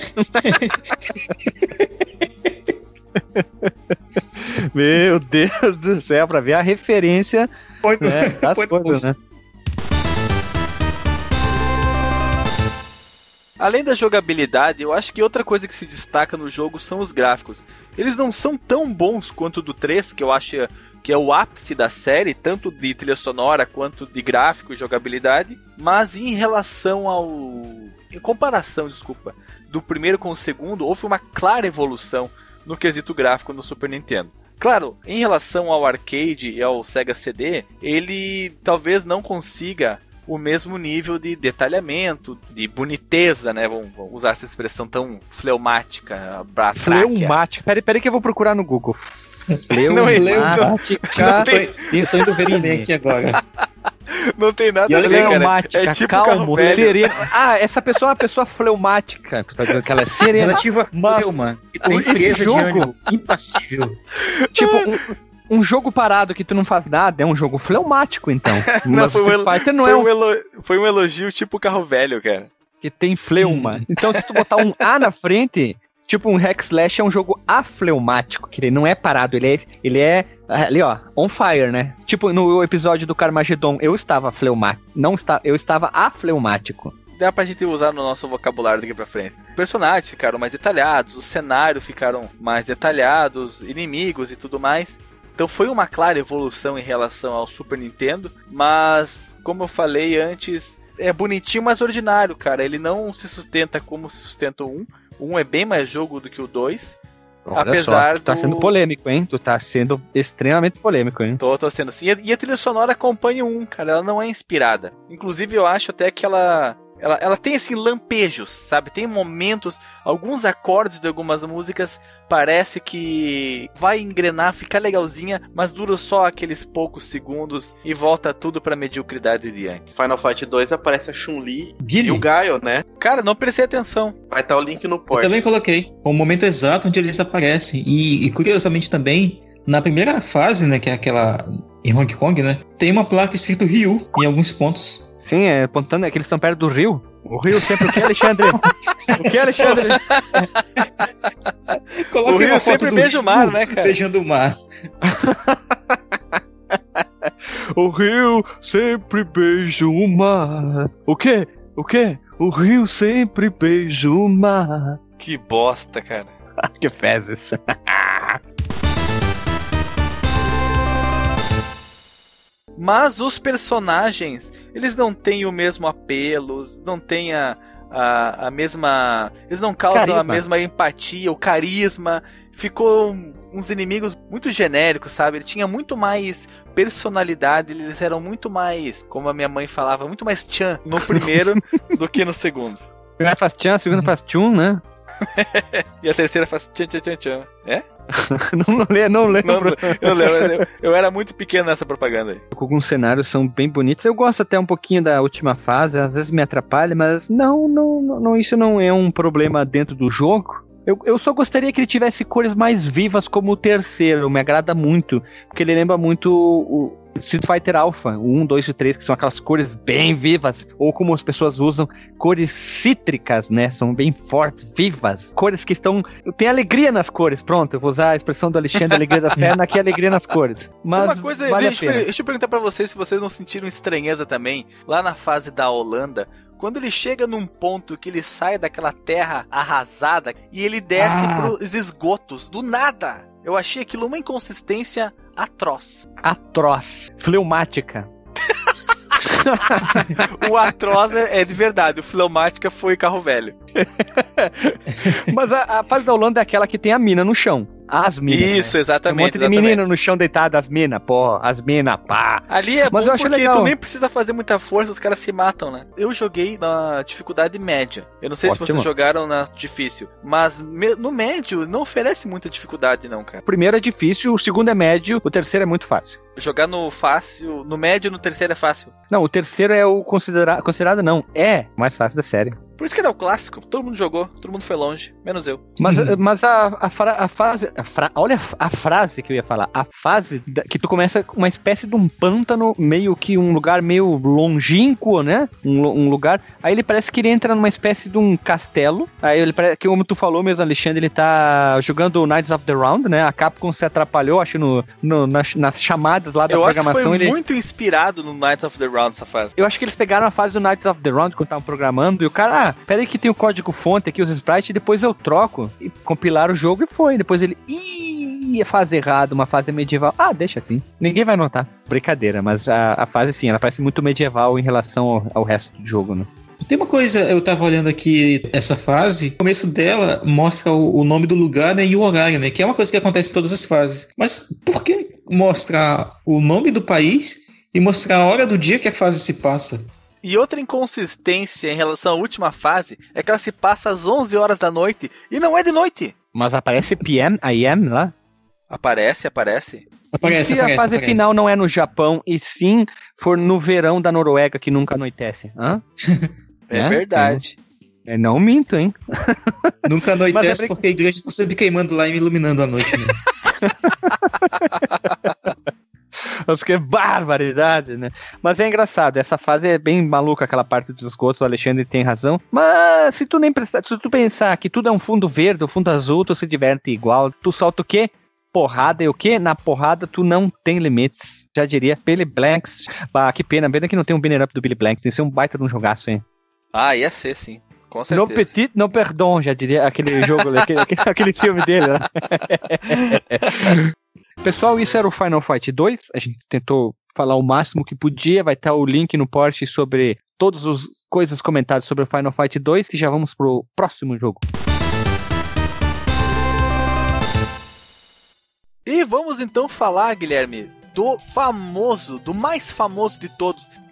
[SPEAKER 1] Meu Deus do céu, pra ver a referência, né, das coisas, né?
[SPEAKER 2] Além da jogabilidade, eu acho que outra coisa que se destaca no jogo são os gráficos. Eles não são tão bons quanto o do três, que eu acho que é o ápice da série, tanto de trilha sonora quanto de gráfico e jogabilidade, mas em relação ao... em comparação, desculpa, do primeiro com o segundo, houve uma clara evolução no quesito gráfico no Super Nintendo. Claro, em relação ao arcade e ao Sega C D, ele talvez não consiga o mesmo nível de detalhamento, de boniteza, né? Vamos, vamos usar essa expressão tão fleumática.
[SPEAKER 1] Fleumática. Peraí, peraí que eu vou procurar no Google.
[SPEAKER 3] Fleumática. Eu tô indo ver também aqui agora.
[SPEAKER 2] Não tem nada a ver, cara.
[SPEAKER 1] É tipo calmo, sereno. Ah, essa pessoa é uma pessoa fleumática. Tu tá dizendo que ela é serena.
[SPEAKER 3] Relativa a fleuma. E tem frieza de ânimo impassível.
[SPEAKER 1] Tipo... Um, Um jogo parado que tu não faz nada é um jogo fleumático, então.
[SPEAKER 2] Não, foi, um elo... não foi, é um... Um elo... foi um elogio tipo carro velho, cara.
[SPEAKER 1] Que tem fleuma. Então, se tu botar um A na frente, tipo um hack slash é um jogo afleumático, que ele não é parado, ele é, ele é ali, ó, on fire, né? Tipo, no episódio do Carmageddon, eu estava fleumático. Não está, eu estava afleumático.
[SPEAKER 2] Dá pra gente usar no nosso vocabulário daqui pra frente. Os personagens ficaram mais detalhados, os cenários ficaram mais detalhados, inimigos e tudo mais. Então foi uma clara evolução em relação ao Super Nintendo, mas, como eu falei antes, é bonitinho, mas ordinário, cara. Ele não se sustenta como se sustenta o um. O um é bem mais jogo do que o dois.
[SPEAKER 1] Olha
[SPEAKER 2] apesar
[SPEAKER 1] só, tu tá
[SPEAKER 2] do...
[SPEAKER 1] sendo polêmico, hein? Tu tá sendo extremamente polêmico, hein?
[SPEAKER 2] Tô, tô sendo sim. E a trilha sonora acompanha o um, cara. Ela não é inspirada. Inclusive, eu acho até que ela... ela, ela tem assim lampejos, sabe? Tem momentos, alguns acordes de algumas músicas parece que vai engrenar, ficar legalzinha, mas dura só aqueles poucos segundos e volta tudo pra mediocridade de antes.
[SPEAKER 4] Final Fight dois aparece a Chun-Li
[SPEAKER 3] Guile.
[SPEAKER 4] e o Gaio, né?
[SPEAKER 2] Cara, não prestei atenção.
[SPEAKER 4] Vai estar o link no
[SPEAKER 3] Eu
[SPEAKER 4] port.
[SPEAKER 3] também coloquei o momento exato onde eles aparecem. E, e curiosamente também, na primeira fase, né, que é aquela em Hong Kong, né, tem uma placa escrito Ryu em alguns pontos.
[SPEAKER 1] Sim, é apontando, é que eles estão perto do rio. O rio sempre o que, Alexandre? O que, Alexandre?
[SPEAKER 3] Coloque
[SPEAKER 2] O Rio
[SPEAKER 3] uma foto
[SPEAKER 2] sempre
[SPEAKER 3] do
[SPEAKER 2] beija o mar, né, cara?
[SPEAKER 3] Beijando o mar.
[SPEAKER 1] O rio sempre beija o mar. O quê? O quê? O rio sempre beija o mar.
[SPEAKER 2] Que bosta, cara.
[SPEAKER 1] Que fezes.
[SPEAKER 2] Mas os personagens, eles não têm o mesmo apelo, não têm a, a, a mesma... Eles não causam
[SPEAKER 1] Carisma.
[SPEAKER 2] a mesma empatia, o carisma. Ficou um- uns inimigos muito genéricos, sabe? Ele tinha muito mais personalidade, eles eram muito mais, como a minha mãe falava, muito mais tchan no primeiro do que no segundo.
[SPEAKER 1] A primeira faz tchan, a segunda faz tchum, né?
[SPEAKER 2] E a terceira faz tchan, tchan, tchan, tchan. É?
[SPEAKER 1] não, não, le- não lembro.
[SPEAKER 2] Não, eu não lembro, mas eu, eu era muito pequeno nessa propaganda aí.
[SPEAKER 1] Alguns cenários são bem bonitos. Eu gosto até um pouquinho da última fase, às vezes me atrapalha, mas não, não, não, não, isso não é um problema dentro do jogo. Eu, eu só gostaria que ele tivesse cores mais vivas como o terceiro, me agrada muito, porque ele lembra muito o Street Fighter Alpha, o um, dois e três, que são aquelas cores bem vivas, ou como as pessoas usam, cores cítricas, né, são bem fortes, vivas, cores que estão, tem alegria nas cores, pronto, eu vou usar a expressão do Alexandre, alegria da perna, aqui é alegria nas cores, mas
[SPEAKER 2] Uma coisa,
[SPEAKER 1] vale
[SPEAKER 2] deixa,
[SPEAKER 1] a pena.
[SPEAKER 2] eu- deixa eu perguntar pra vocês se vocês não sentiram estranheza também, lá na fase da Holanda, quando ele chega num ponto que ele sai daquela terra arrasada e ele desce
[SPEAKER 3] Ah.
[SPEAKER 2] pros esgotos, do nada. Eu achei aquilo uma inconsistência atroz.
[SPEAKER 1] Atroz, fleumática.
[SPEAKER 2] O atroz é, é de verdade, o Fleumática foi carro velho.
[SPEAKER 1] Mas a, a fase da Holanda é aquela que tem a mina no chão. As minas.
[SPEAKER 2] Isso,
[SPEAKER 1] né?
[SPEAKER 2] exatamente.
[SPEAKER 1] Tem um monte de
[SPEAKER 2] exatamente.
[SPEAKER 1] menina no chão deitado, as minas, pô, as minas, pá.
[SPEAKER 2] Ali é
[SPEAKER 1] Mas
[SPEAKER 2] bom
[SPEAKER 1] eu acho
[SPEAKER 2] porque
[SPEAKER 1] legal.
[SPEAKER 2] tu nem precisa fazer muita força, os caras se matam, né? Eu joguei na dificuldade média. Eu não sei se
[SPEAKER 1] Ótimo.
[SPEAKER 2] vocês jogaram na difícil, mas me- no médio não oferece muita dificuldade não, cara.
[SPEAKER 1] O primeiro é difícil, o segundo é médio, o terceiro é muito fácil.
[SPEAKER 2] Jogar no fácil, no médio e no terceiro é fácil.
[SPEAKER 1] Não, o terceiro é o considera considerado, não, é o mais fácil da série.
[SPEAKER 2] Por isso que era o clássico, todo mundo jogou, todo mundo foi longe, menos eu.
[SPEAKER 1] Mas,
[SPEAKER 3] Uhum.
[SPEAKER 1] mas a, a, fra- a fase. A fra- olha a frase que eu ia falar. A fase da- que tu começa com uma espécie de um pântano, meio que um lugar meio longínquo, né? Um, lu- um lugar. Aí ele parece que ele entra numa espécie de um castelo. Aí ele parece que, como tu falou mesmo, Alexandre, ele tá jogando o Knights of the Round, né? A Capcom se atrapalhou, acho, no, no- nas, nas chamadas lá da
[SPEAKER 2] Eu acho que
[SPEAKER 1] programação.
[SPEAKER 2] foi
[SPEAKER 1] ele...
[SPEAKER 2] muito inspirado no Knights of the Round essa fase.
[SPEAKER 1] Eu acho que eles pegaram a fase do Knights of the Round quando estavam programando e o cara, ah, peraí que tem o código fonte aqui, os sprites, e depois eu troco. E compilaram o jogo e foi. Depois ele, ih, é fase errada, uma fase medieval. Ah, deixa assim. Ninguém vai notar. Brincadeira, mas a, a fase sim, ela parece muito medieval em relação ao, ao resto do jogo, né?
[SPEAKER 3] Tem uma coisa, eu tava olhando aqui essa fase, o começo dela mostra o, o nome do lugar, né, e o horário, né, que é uma coisa que acontece em todas as fases. Mas por que mostrar o nome do país e mostrar a hora do dia que a fase se passa?
[SPEAKER 2] E outra inconsistência em relação à última fase é que ela se passa às onze horas da noite e não é de noite.
[SPEAKER 1] Mas aparece P M, I M lá?
[SPEAKER 2] Aparece, aparece.
[SPEAKER 3] Aparece,
[SPEAKER 1] e se
[SPEAKER 3] aparece,
[SPEAKER 1] a fase
[SPEAKER 3] aparece.
[SPEAKER 1] final não é no Japão e sim for no verão da Noruega que nunca anoitece? Hã?
[SPEAKER 2] É,
[SPEAKER 1] É?
[SPEAKER 2] verdade.
[SPEAKER 1] É, não minto, hein?
[SPEAKER 3] Nunca
[SPEAKER 1] Mas
[SPEAKER 3] anoitece
[SPEAKER 1] é brin-
[SPEAKER 3] porque a igreja está sempre queimando lá e me iluminando a noite, né?
[SPEAKER 1] Mas que barbaridade, né? Mas é engraçado, essa fase é bem maluca, aquela parte dos esgotos, o Alexandre tem razão. Mas se tu nem prestar, se tu pensar que tudo é um fundo verde, um fundo azul, tu se diverte igual. Tu solta o quê? Porrada, e o quê? Na porrada tu não tem limites. Já diria Billy Blanks. Ah, que pena, pena que não tem um banner up do Billy Blanks. Isso é um baita de um jogaço, hein?
[SPEAKER 2] Ah, ia ser sim. Com
[SPEAKER 1] No
[SPEAKER 2] certeza.
[SPEAKER 1] petit, no perdon, já diria aquele jogo, aquele, aquele, aquele filme dele lá. Pessoal, isso era o Final Fight dois. A gente tentou falar o máximo que podia. Vai estar o link no post sobre todas as coisas comentadas sobre o Final Fight dois. E já vamos pro próximo jogo.
[SPEAKER 2] E vamos então falar, Guilherme, do famoso, do mais famoso de todos,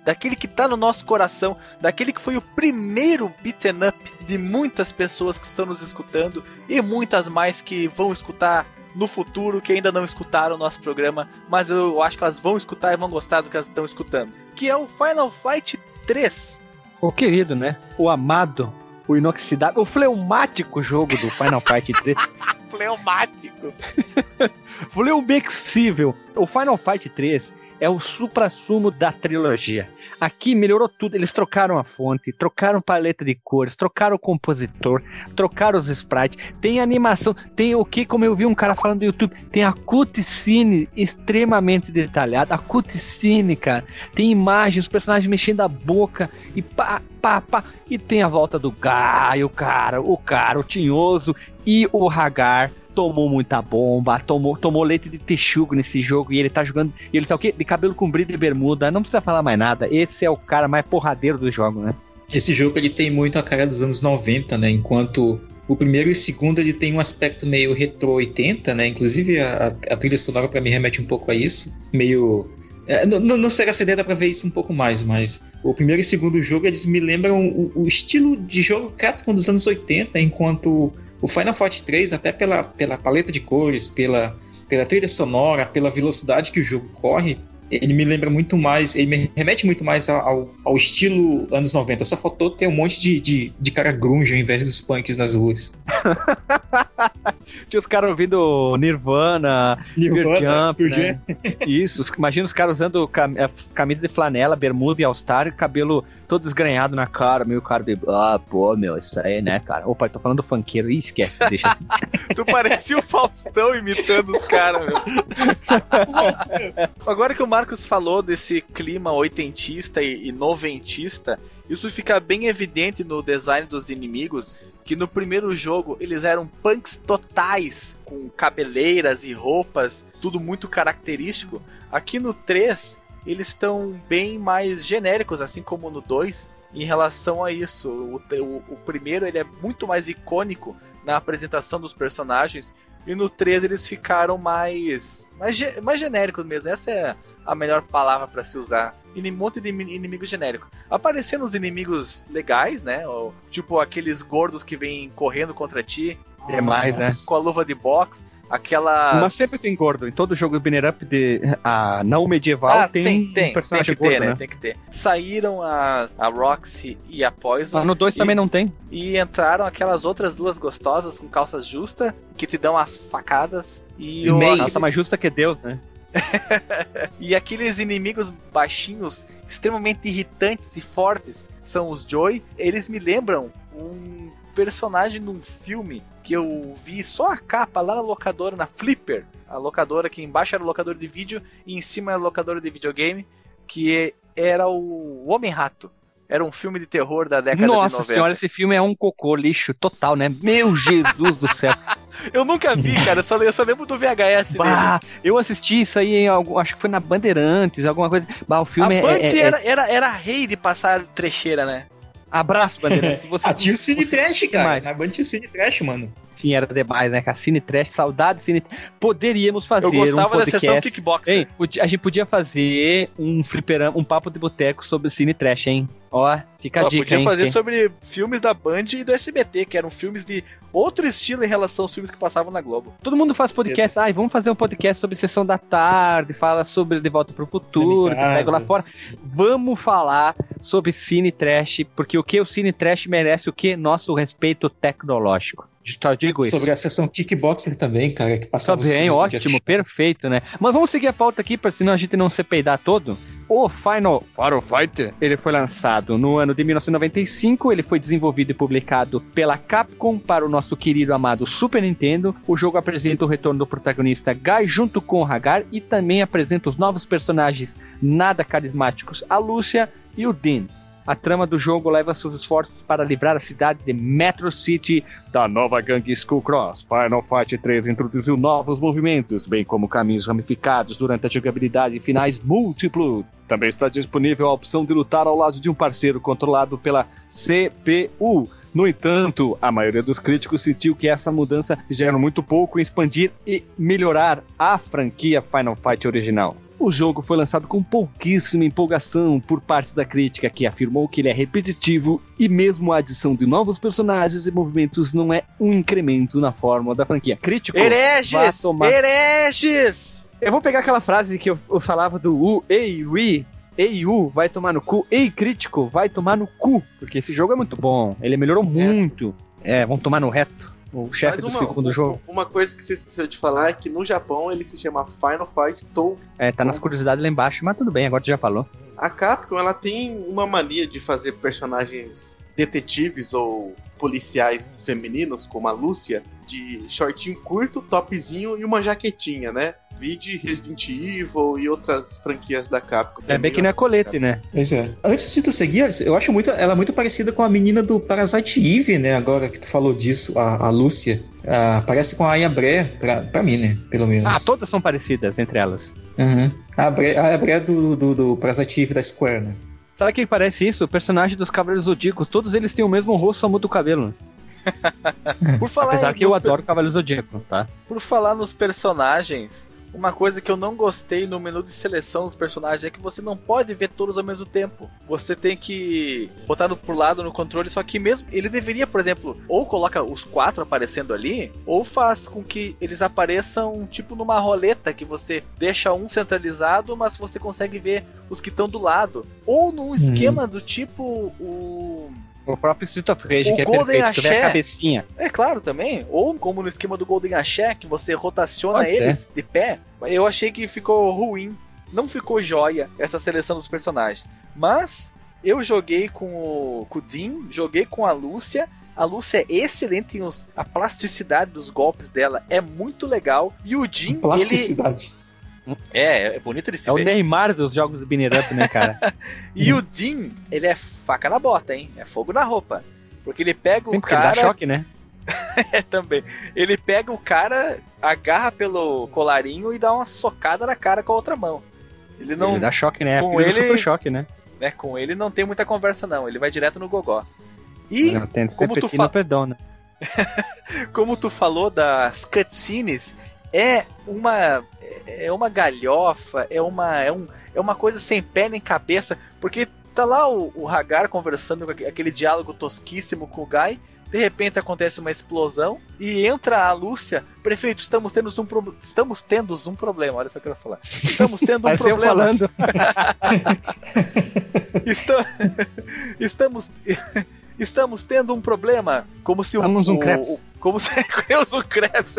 [SPEAKER 2] daquele que tá no nosso coração, daquele que foi o primeiro beaten up de muitas pessoas que estão nos escutando e muitas mais que vão escutar no futuro, que ainda não escutaram o nosso programa, mas eu acho que elas vão escutar e vão gostar do que elas estão escutando, que é o Final Fight três.
[SPEAKER 1] O querido, né? O amado, o inoxidável, o fleumático jogo do Final Fight três.
[SPEAKER 2] Fleumático.
[SPEAKER 1] Fleumático. O Final Fight três é o suprassumo da trilogia. Aqui melhorou tudo, eles trocaram a fonte, trocaram paleta de cores, trocaram o compositor, trocaram os sprites, tem animação, tem o que, como eu vi um cara falando no YouTube, tem a cutscene extremamente detalhada, a cutscene, cara, tem imagens, os personagens mexendo a boca, e pá, pá, pá, e tem a volta do Gaio, cara, o cara, o Tinhoso e o Hagar. Tomou muita bomba, tomou, tomou leite de texugo nesse jogo, e ele tá jogando, e ele tá o quê? De cabelo comprido e bermuda, não precisa falar mais nada, esse é o cara mais porradeiro do jogo, né?
[SPEAKER 3] Esse jogo ele tem muito a cara dos anos noventa, né, enquanto o primeiro e o segundo ele tem um aspecto meio retro oitenta, né, inclusive a, a trilha sonora pra mim remete um pouco a isso, meio... É, no, no Sega C D dá pra ver isso um pouco mais, mas o primeiro e o segundo jogo eles me lembram o, o estilo de jogo Capcom dos anos oitenta, enquanto o Final Fight três, até pela, pela paleta de cores, pela, pela trilha sonora, pela velocidade que o jogo corre, ele me lembra muito mais, ele me remete muito mais ao, ao estilo anos noventa. Só faltou ter um monte de, de, de cara grunge ao invés dos punks nas ruas.
[SPEAKER 1] Tinha os caras ouvindo Nirvana,
[SPEAKER 3] Nirvana,
[SPEAKER 1] Jump, né? Isso, imagina os caras usando cam- camisa de flanela, bermuda e all-star, e cabelo todo desgrenhado na cara, meio cara de, ah, pô, meu, isso aí, né, cara? Opa, eu tô falando do funkeiro, ih, esquece, deixa assim.
[SPEAKER 2] Tu parecia o Faustão imitando os caras, meu. Agora que o Marcos falou desse clima oitentista e, e noventista, isso fica bem evidente no design dos inimigos, que no primeiro jogo eles eram punks totais, com cabeleiras e roupas, tudo muito característico. Aqui no três, eles estão bem mais genéricos, assim como no dois, em relação a isso. O, o, o primeiro ele é muito mais icônico na apresentação dos personagens, e no três eles ficaram mais, mais, mais genéricos mesmo. Essa é a melhor palavra para se usar. Um monte de inimigo genérico. Aparecendo os inimigos legais, né? Ou, tipo aqueles gordos que vêm correndo contra ti.
[SPEAKER 1] É mais, né?
[SPEAKER 2] Com a luva de boxe. Aquelas...
[SPEAKER 1] Mas sempre tem gordo. Em todo jogo de banner up de a não medieval
[SPEAKER 2] ah,
[SPEAKER 1] tem,
[SPEAKER 2] tem, tem um
[SPEAKER 1] personagem
[SPEAKER 2] tem que ter,
[SPEAKER 1] gordo, né?
[SPEAKER 2] né? Tem que ter. Saíram a, a Roxy e a Poison.
[SPEAKER 1] Ah, no dois também não tem.
[SPEAKER 2] E entraram aquelas outras duas gostosas com calças justas, que te dão as facadas. E o...
[SPEAKER 1] Nossa, mais justa que Deus, né?
[SPEAKER 2] E aqueles inimigos baixinhos, extremamente irritantes e fortes, são os Joy. Eles me lembram um personagem de um filme que eu vi só a capa lá na locadora, na Flipper. A locadora que embaixo era locadora de vídeo e em cima era locadora de videogame, que era o Homem-Rato. Era um filme de terror da década
[SPEAKER 1] Nossa
[SPEAKER 2] de noventa.
[SPEAKER 1] Nossa senhora, esse filme é um cocô, lixo total, né? Meu Jesus do céu.
[SPEAKER 2] Eu nunca vi, cara, eu só, eu só lembro do V H S
[SPEAKER 1] bah, dele. Eu assisti isso aí em algum, acho que foi na Bandeirantes, alguma coisa. Bah, o filme
[SPEAKER 2] a
[SPEAKER 1] é,
[SPEAKER 2] Band
[SPEAKER 1] é,
[SPEAKER 2] era,
[SPEAKER 1] é...
[SPEAKER 2] era, era rei de passar trecheira, né?
[SPEAKER 1] Abraço, Bandeirantes.
[SPEAKER 3] Você, ah, tinha o Cine Trash, cara.
[SPEAKER 1] Mais.
[SPEAKER 3] Na Band tinha o Cine Trash, mano.
[SPEAKER 1] Sim, era demais, né, cara? Cine Trash, saudade Cine Poderíamos fazer
[SPEAKER 2] eu gostava
[SPEAKER 1] um podcast.
[SPEAKER 2] da sessão Kickboxer.
[SPEAKER 1] Hein, a gente podia fazer um fliperama, um papo de boteco sobre o Cine Trash, hein? Ó, fica a
[SPEAKER 2] Pô,
[SPEAKER 1] dica,
[SPEAKER 2] podia
[SPEAKER 1] hein?
[SPEAKER 2] fazer
[SPEAKER 1] Quem...
[SPEAKER 2] sobre filmes da Band e do S B T, que eram filmes de outro estilo em relação aos filmes que passavam na Globo.
[SPEAKER 1] Todo mundo faz podcast. Ai, vamos fazer um podcast sobre Sessão da Tarde, fala sobre De Volta pro Futuro, pega lá fora. Vamos falar sobre Cine Trash, porque o que o Cine Trash merece o que? Nosso respeito tecnológico. Eu digo isso.
[SPEAKER 3] Sobre a sessão Kickboxer também, cara, que passava
[SPEAKER 1] tá bem, ótimo, perfeito, né? Mas vamos seguir a pauta aqui, para senão a gente não se peidar todo. O Final, Final Fight, ele foi lançado no ano de mil novecentos e noventa e cinco, ele foi desenvolvido e publicado pela Capcom para o nosso querido amado Super Nintendo. O jogo apresenta o retorno do protagonista Guy junto com o Hagar e também apresenta os novos personagens nada carismáticos, a Lúcia e o Dean. A trama do jogo leva seus esforços para livrar a cidade de Metro City da nova gangue Skullcross. Final Fight três introduziu novos movimentos, bem como caminhos ramificados durante a jogabilidade e finais múltiplos. Também está disponível a opção de lutar ao lado de um parceiro controlado pela C P U. No entanto, a maioria dos críticos sentiu que essa mudança gera muito pouco em expandir e melhorar a franquia Final Fight original. O jogo foi lançado com pouquíssima empolgação por parte da crítica, que afirmou que ele é repetitivo e mesmo a adição de novos personagens e movimentos não é um incremento na fórmula da franquia. Crítico,
[SPEAKER 2] Hereges!
[SPEAKER 1] tomar...
[SPEAKER 2] Hereges!
[SPEAKER 1] Eu vou pegar aquela frase que eu, eu falava do U, Ei, Ui, Ei, U, vai tomar no cu. Ei, crítico, vai tomar no cu. Porque esse jogo é muito bom, ele melhorou muito. É, vamos tomar no reto. O chefe do segundo
[SPEAKER 4] uma,
[SPEAKER 1] jogo.
[SPEAKER 4] Uma coisa que você esqueceu de falar é que no Japão ele se chama Final Fight Tou.
[SPEAKER 1] É, tá nas curiosidades lá embaixo, mas tudo bem, agora tu já falou.
[SPEAKER 4] A Capcom, ela tem uma mania de fazer personagens detetives ou policiais femininos, como a Lúcia, de shortinho curto, topzinho e uma jaquetinha, né? Vide Resident Evil e outras franquias da Capcom.
[SPEAKER 1] É bem que não é colete, né?
[SPEAKER 3] Pois é. Antes de tu seguir, eu acho muito, ela é muito parecida com a menina do Parasite Eve, né? Agora que tu falou disso, a, a Lúcia. Ah, parece com a Aya Bre, pra, pra mim, né? Pelo menos.
[SPEAKER 1] Ah, todas são parecidas entre elas.
[SPEAKER 3] Uhum. A Bre, a Aya Bre é do, do, do Parasite Eve da Square, né?
[SPEAKER 1] Sabe o que parece isso? O personagem dos Cavaleiros Zodíacos, todos eles têm o mesmo rosto, só muda o cabelo.
[SPEAKER 2] Por falar
[SPEAKER 1] Apesar que eu
[SPEAKER 2] per...
[SPEAKER 1] adoro Cavaleiros Zodíaco, tá?
[SPEAKER 2] Por falar nos personagens, uma coisa que eu não gostei no menu de seleção dos personagens é que você não pode ver todos ao mesmo tempo. Você tem que botar no, por lado no controle, só que mesmo ele deveria, por exemplo, ou coloca os quatro aparecendo ali, ou faz com que eles apareçam tipo numa roleta, que você deixa um centralizado, mas você consegue ver os que estão do lado. Ou num esquema uhum. do tipo o...
[SPEAKER 1] O próprio Street of Rage,
[SPEAKER 2] o
[SPEAKER 1] que é
[SPEAKER 2] Golden
[SPEAKER 1] perfeito,
[SPEAKER 2] Axé,
[SPEAKER 1] tu vê a cabecinha.
[SPEAKER 2] É claro, também. Ou como no esquema do Golden Axé, que você rotaciona
[SPEAKER 1] Pode
[SPEAKER 2] eles
[SPEAKER 1] ser.
[SPEAKER 2] de pé. Eu achei que ficou ruim. Não ficou jóia essa seleção dos personagens. Mas eu joguei com o, com o Dean, joguei com a Lúcia. A Lúcia é excelente, em os, a plasticidade dos golpes dela é muito legal. E o Dean,
[SPEAKER 3] plasticidade.
[SPEAKER 2] ele... É, é bonito de se
[SPEAKER 1] é
[SPEAKER 2] ver.
[SPEAKER 1] É o Neymar dos jogos do Binner Up, né, cara?
[SPEAKER 2] E o Dean, ele é faca na bota, hein? É fogo na roupa. Porque ele pega
[SPEAKER 1] Sim,
[SPEAKER 2] o cara...
[SPEAKER 1] Ele dá choque, né?
[SPEAKER 2] É, também. Ele pega o cara, agarra pelo colarinho e dá uma socada na cara com a outra mão. Ele não...
[SPEAKER 1] Ele dá choque, né?
[SPEAKER 2] Com
[SPEAKER 1] ele...
[SPEAKER 2] ele...
[SPEAKER 1] super choque, né?
[SPEAKER 2] né? Com ele não tem muita conversa, não. Ele vai direto no gogó. E,
[SPEAKER 1] não, tem
[SPEAKER 2] como tu fa...
[SPEAKER 1] perdão, né?
[SPEAKER 2] Como tu falou das cutscenes, é uma... É uma galhofa, é uma, é, um, é uma coisa sem pé nem cabeça, porque tá lá o, o Hagar conversando com aquele diálogo tosquíssimo com o Guy, de repente acontece uma explosão e entra a Lúcia. Prefeito, estamos tendo um, pro... estamos tendo um problema, olha só o que eu ia falar. Estamos tendo um problema.
[SPEAKER 1] falando.
[SPEAKER 2] Estamos... estamos... Estamos tendo um problema, como se
[SPEAKER 1] Temos
[SPEAKER 2] o,
[SPEAKER 1] um Krebs.
[SPEAKER 2] O, como se temos um Krebs.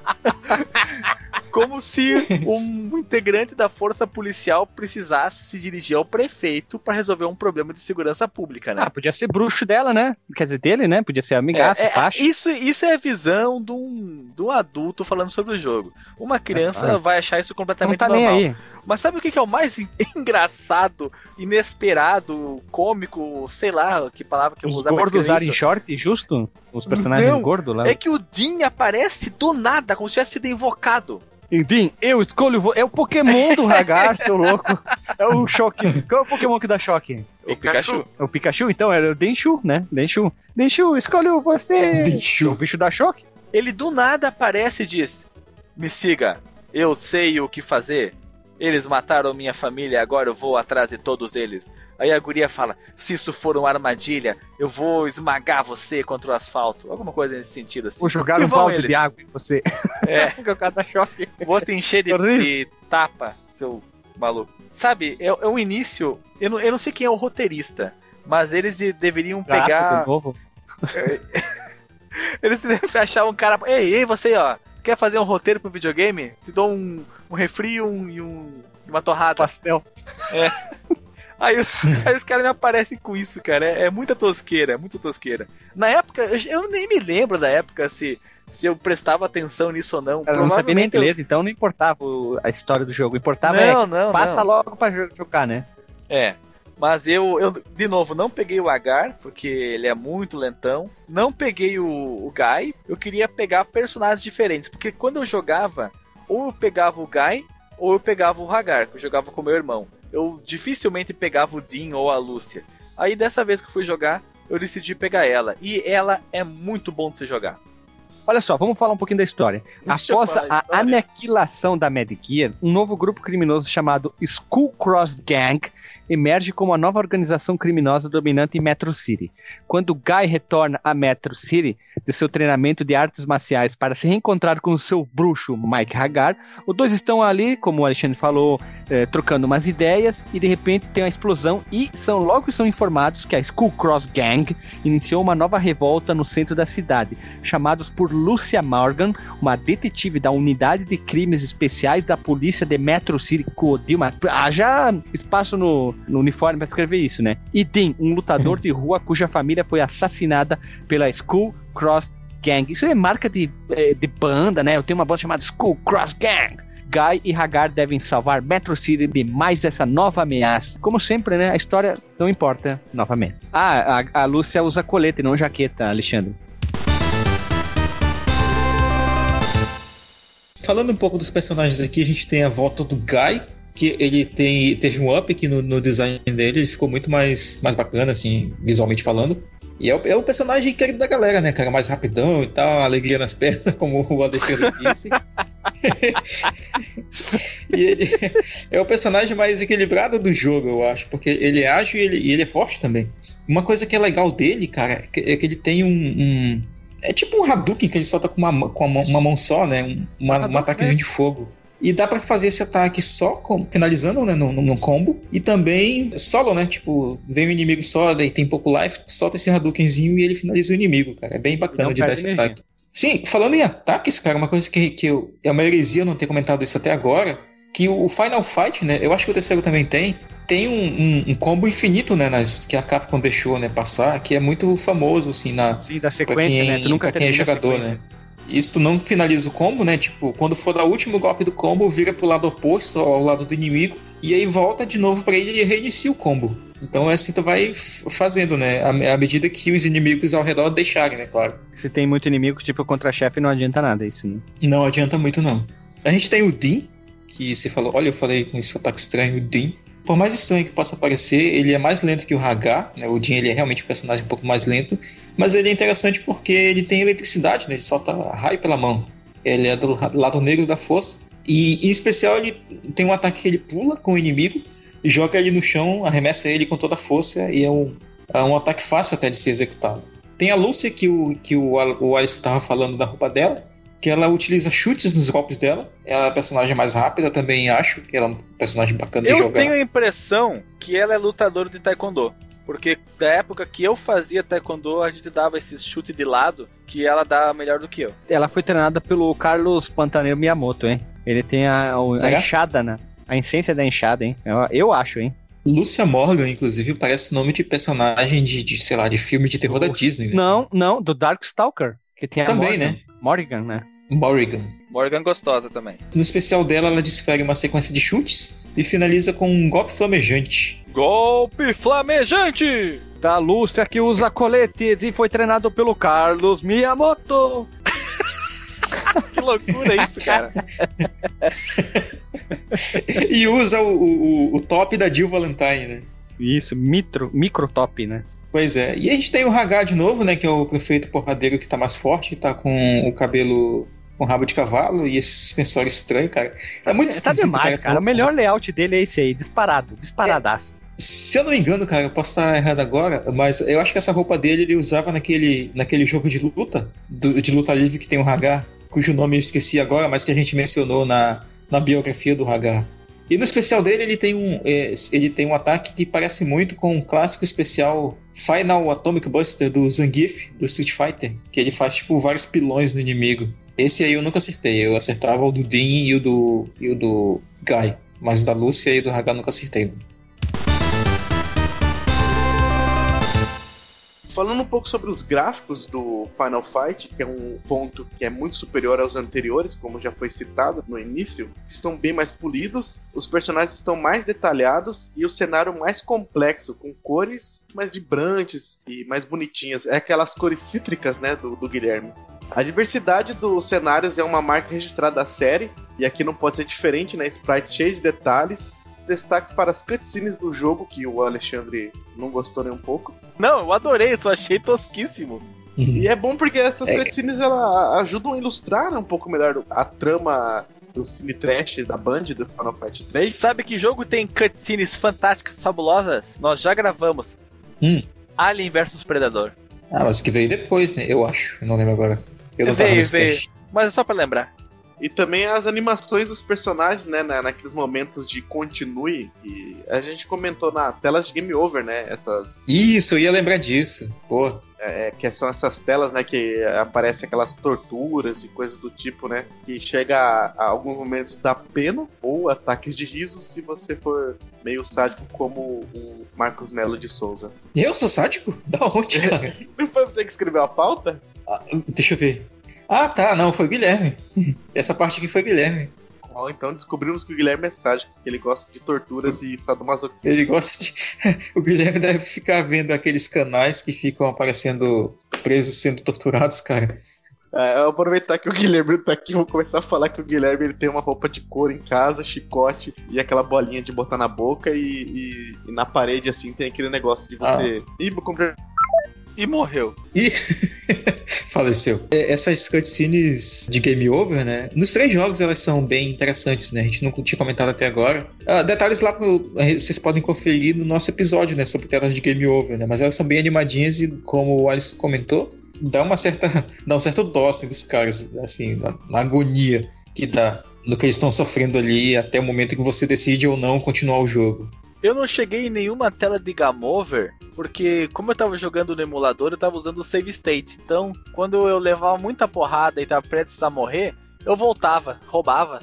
[SPEAKER 2] Como se um integrante da força policial precisasse se dirigir ao prefeito para resolver um problema de segurança pública, né?
[SPEAKER 1] Ah, podia ser bruxo dela, né? Quer dizer, dele, né? Podia ser amigaço,
[SPEAKER 2] é, é,
[SPEAKER 1] faixa.
[SPEAKER 2] Isso, isso é a visão de um, de um adulto falando sobre o jogo. Uma criança
[SPEAKER 1] ah,
[SPEAKER 2] vai achar isso completamente
[SPEAKER 1] não tá
[SPEAKER 2] normal.
[SPEAKER 1] Nem aí.
[SPEAKER 2] Mas sabe o que é o mais engraçado, inesperado, cômico, sei lá que palavra que eu vou
[SPEAKER 1] Os
[SPEAKER 2] usar pra
[SPEAKER 1] gordos
[SPEAKER 2] descrever
[SPEAKER 1] usarem
[SPEAKER 2] isso?
[SPEAKER 1] short, justo? Os personagens
[SPEAKER 2] Não,
[SPEAKER 1] gordos lá.
[SPEAKER 2] É que o Dean aparece do nada, como se tivesse sido invocado.
[SPEAKER 1] E Dean, eu escolho... Vo... É o Pokémon do Hagar, seu louco. É o choque. Qual é o Pokémon que dá choque?
[SPEAKER 2] O Pikachu.
[SPEAKER 1] É o Pikachu, então? Era o Denshu, né? Denshu. Denshu, escolho você.
[SPEAKER 3] Denshu.
[SPEAKER 1] O bicho dá choque?
[SPEAKER 2] Ele do nada aparece e diz: me siga, eu sei o que fazer. Eles mataram minha família, agora eu vou atrás de todos eles. Aí a guria fala: se isso for uma armadilha, eu vou esmagar você contra o asfalto. Alguma coisa nesse sentido assim.
[SPEAKER 1] Vou jogar
[SPEAKER 2] E
[SPEAKER 1] um
[SPEAKER 2] vão
[SPEAKER 1] balde
[SPEAKER 2] eles.
[SPEAKER 1] de água em você.
[SPEAKER 2] É.
[SPEAKER 1] Porque o cara dá choque.
[SPEAKER 2] Vou te encher de, de tapa, seu maluco. Sabe, é, é um início. Eu não, eu não sei quem é o roteirista, mas eles de, deveriam
[SPEAKER 1] Gato
[SPEAKER 2] pegar.
[SPEAKER 1] de novo.
[SPEAKER 2] Eles devem achar um cara. Ei, ei, você, ó. Quer fazer um roteiro pro videogame? Te dou um, um refri um, e um, uma torrada.
[SPEAKER 1] Pastel.
[SPEAKER 2] É. Aí, aí os caras me aparecem com isso, cara. É, é muita tosqueira, é muita tosqueira. Na época, eu, eu nem me lembro da época se, se eu prestava atenção nisso ou não.
[SPEAKER 1] Eu não sabia nem inglês,
[SPEAKER 2] eu...
[SPEAKER 1] então não importava o, a história do jogo. Importava
[SPEAKER 2] não,
[SPEAKER 1] é
[SPEAKER 2] não,
[SPEAKER 1] passa
[SPEAKER 2] não.
[SPEAKER 1] logo pra jogar, né?
[SPEAKER 2] É. Mas eu, eu, de novo, não peguei o Hagar, porque ele é muito lentão. Não peguei o, o Guy. Eu queria pegar personagens diferentes, porque quando eu jogava, ou eu pegava o Guy, ou eu pegava o Hagar, que eu jogava com meu irmão. Eu dificilmente pegava o Dean ou a Lúcia. Aí dessa vez que eu fui jogar, eu decidi pegar ela. E ela é muito bom de se jogar.
[SPEAKER 1] Olha só, vamos falar um pouquinho da história.
[SPEAKER 4] Deixa
[SPEAKER 1] Após
[SPEAKER 4] eu falar
[SPEAKER 1] a
[SPEAKER 4] a história.
[SPEAKER 1] aniquilação da Mad Gear, um novo grupo criminoso chamado Skull Cross Gang emerge como a nova organização criminosa dominante em Metro City. Quando Guy retorna a Metro City de seu treinamento de artes marciais para se reencontrar com o seu bruxo Mike Hagar, os dois estão ali, como o Alexandre falou, eh, trocando umas ideias, e de repente tem uma explosão e são logo são informados que a Skull Cross Gang iniciou uma nova revolta no centro da cidade, chamados por Lucia Morgan, uma detetive da unidade de crimes especiais da polícia de Metro City. Dilma, haja espaço no, no uniforme para escrever isso, né? E Dean, um lutador de rua cuja família foi assassinada pela Skull Cross Gang. Isso é marca de, de banda, né? Eu tenho uma banda chamada Skull Cross Gang. Guy e Hagar devem salvar Metro City de mais essa nova ameaça. Como sempre, né? A história não importa novamente. Ah, a, a Lúcia usa colete, não jaqueta, Alexandre.
[SPEAKER 3] Falando um pouco dos personagens aqui, a gente tem a volta do Guy, que ele tem, teve um up aqui no, no design dele, ele ficou muito mais, mais bacana, assim, visualmente falando. E é o, é o personagem querido da galera, né, cara? Mais rapidão e tal, alegria nas pernas, como o Alexandre disse. E ele é o personagem mais equilibrado do jogo, eu acho, porque ele é ágil e ele, e ele é forte também. Uma coisa que é legal dele, cara, é que ele tem um... um é tipo um Hadouken que ele solta com uma, com uma, uma mão só, né? Um, uma, um ataquezinho de fogo. E dá pra fazer esse ataque só com, finalizando, né, no, no combo. E também solo, né? Tipo, vem o inimigo só, daí tem pouco life, solta esse Hadoukenzinho e ele finaliza o inimigo, cara. É bem bacana de dar esse energia. Ataque. Sim, falando em ataques, cara, uma coisa que, que eu, é uma heresia não ter comentado isso até agora, que o Final Fight, né? Eu acho que o terceiro também tem. Tem um, um, um combo infinito, né, nas, que a Capcom deixou, né, passar, que é muito famoso, assim, na...
[SPEAKER 1] Sim, da sequência,
[SPEAKER 3] quem,
[SPEAKER 1] né? Tu nunca
[SPEAKER 3] pra quem é jogador, né? Isso tu não finaliza o combo, né? Tipo, quando for dar o último golpe do combo, vira pro lado oposto, ao lado do inimigo, e aí volta de novo pra ele e reinicia o combo. Então é assim tu vai fazendo, né? À, à medida que os inimigos ao redor deixarem, né? Claro.
[SPEAKER 1] Se tem muito inimigo, tipo contra-chefe, não adianta nada isso, né?
[SPEAKER 3] Não adianta muito, não. A gente tem o Dean, que você falou... Olha, eu falei com esse ataque estranho, o Dean. Por mais estranho que possa parecer, ele é mais lento que o Hagar, né? O Dean, ele é realmente um personagem um pouco mais lento, mas ele é interessante porque ele tem eletricidade, né? Ele solta raio pela mão. Ele é do lado negro da força. E, em especial, ele tem um ataque que ele pula com o inimigo, joga ele no chão, arremessa ele com toda a força, e é um, é um ataque fácil até de ser executado. Tem a Lucia, que o, que o, o Alisson estava falando da roupa dela, que ela utiliza chutes nos golpes dela. Ela é a personagem mais rápida, também acho que ela é um personagem bacana
[SPEAKER 2] eu
[SPEAKER 3] de jogar.
[SPEAKER 2] Eu tenho a impressão que ela é lutadora de taekwondo, porque da época que eu fazia taekwondo, a gente dava esses chutes de lado, que ela dá melhor do que eu.
[SPEAKER 1] Ela foi treinada pelo Carlos Pantaneiro Miyamoto, hein? Ele tem a, a enxada, né? A essência da enxada, hein? Eu, eu acho, hein?
[SPEAKER 3] Lucia Morgan, inclusive, parece nome de personagem de, de sei lá, de filme de terror da Disney, né?
[SPEAKER 1] Não, não, do Darkstalker, que tem a
[SPEAKER 3] também,
[SPEAKER 1] Morgan.
[SPEAKER 3] né?
[SPEAKER 1] Morrigan, né?
[SPEAKER 3] Morrigan.
[SPEAKER 2] Morgan gostosa também.
[SPEAKER 3] No especial dela, ela desfere uma sequência de chutes e finaliza com um golpe flamejante.
[SPEAKER 2] Golpe flamejante!
[SPEAKER 1] Da Lúcia, que usa coletes e foi treinado pelo Carlos Miyamoto.
[SPEAKER 2] Que loucura isso, cara.
[SPEAKER 3] E usa o, o, o top da Jill Valentine, né?
[SPEAKER 1] Isso, mitro, micro top, né?
[SPEAKER 3] Pois é. E a gente tem o Hagar de novo, né? Que é o prefeito porradeiro que tá mais forte, tá com o cabelo com rabo de cavalo e esse suspensório estranho, cara. É muito
[SPEAKER 1] Tá demais, cara.
[SPEAKER 3] cara.
[SPEAKER 1] O melhor layout dele é esse aí, disparado, disparadaço.
[SPEAKER 3] É, se eu não me engano, cara, eu posso estar errado agora, mas eu acho que essa roupa dele ele usava naquele, naquele jogo de luta, do, de luta livre que tem o Hagar, cujo nome eu esqueci agora, mas que a gente mencionou na, na biografia do Hagar. E no especial dele, ele tem, um, é, ele tem um ataque que parece muito com o clássico especial Final Atomic Buster do Zangief, do Street Fighter, que ele faz, tipo, vários pilões no inimigo. Esse aí eu nunca acertei, eu acertava o do Dean e o do, e o do Guy, mas o da Lucia e o do Hagar eu nunca acertei.
[SPEAKER 4] Falando um pouco sobre os gráficos do Final Fight, que é um ponto que é muito superior aos anteriores, como já foi citado no início, estão bem mais polidos, os personagens estão mais detalhados e o cenário mais complexo, com cores mais vibrantes e mais bonitinhas. É aquelas cores cítricas, né, do, do Guilherme. A diversidade dos cenários é uma marca registrada da série, e aqui não pode ser diferente, né? Sprites cheios de detalhes. Destaques para as cutscenes do jogo, que o Alexandre não gostou nem um pouco.
[SPEAKER 2] Não, eu adorei, só achei tosquíssimo.
[SPEAKER 4] E é bom porque essas é. cutscenes ela ajudam a ilustrar, né, um pouco melhor a trama do Cine Trash da Band do Final Fight três.
[SPEAKER 2] Sabe que jogo tem cutscenes fantásticas, fabulosas? Nós já gravamos.
[SPEAKER 3] Hum.
[SPEAKER 2] Alien versus Predador.
[SPEAKER 3] Ah, mas que veio depois, né? Eu acho. Eu não lembro agora. Eu não
[SPEAKER 2] veio,
[SPEAKER 3] tava nesse
[SPEAKER 2] veio.
[SPEAKER 3] teste.
[SPEAKER 2] Mas é só pra lembrar.
[SPEAKER 4] E também as animações dos personagens, né, na, naqueles momentos de continue, e a gente comentou na telas de Game Over, né, essas...
[SPEAKER 3] Isso, eu ia lembrar disso, pô.
[SPEAKER 4] É, que são essas telas, né, que aparecem aquelas torturas e coisas do tipo, né, que chega a, a alguns momentos da pena ou ataques de riso se você for meio sádico como o Marcos Melo de Souza.
[SPEAKER 3] Eu sou sádico? Da onde, cara?
[SPEAKER 4] Não foi você que escreveu a pauta?
[SPEAKER 3] Ah, deixa eu ver. Ah, tá, não, foi o Guilherme. Essa parte aqui foi o Guilherme.
[SPEAKER 4] Oh, então descobrimos que o Guilherme é sádico, que ele gosta de torturas e sadomasoquismo.
[SPEAKER 3] Ele gosta de... O Guilherme deve ficar vendo aqueles canais que ficam aparecendo presos sendo torturados, cara.
[SPEAKER 4] É, eu vou aproveitar que o Guilherme tá aqui, vou começar a falar que o Guilherme ele tem uma roupa de couro em casa, chicote e aquela bolinha de botar na boca e, e, e na parede assim tem aquele negócio de você... Ah. Ih, vou comprar...
[SPEAKER 2] E morreu.
[SPEAKER 3] E faleceu. Essas cutscenes de Game Over, né? Nos três jogos elas são bem interessantes, né? A gente não tinha comentado até agora. Ah, detalhes lá pro, vocês podem conferir no nosso episódio, né? Sobre telas de Game Over, né? Mas elas são bem animadinhas e, como o Alisson comentou, dá uma certa, dá um certo dó assim, dos caras, assim, na, na agonia que dá no que eles estão sofrendo ali até o momento que você decide ou não continuar o jogo.
[SPEAKER 2] Eu não cheguei em nenhuma tela de Game Over, porque como eu tava jogando no emulador, eu tava usando o save state. Então, quando eu levava muita porrada e tava prestes a morrer, eu voltava, roubava.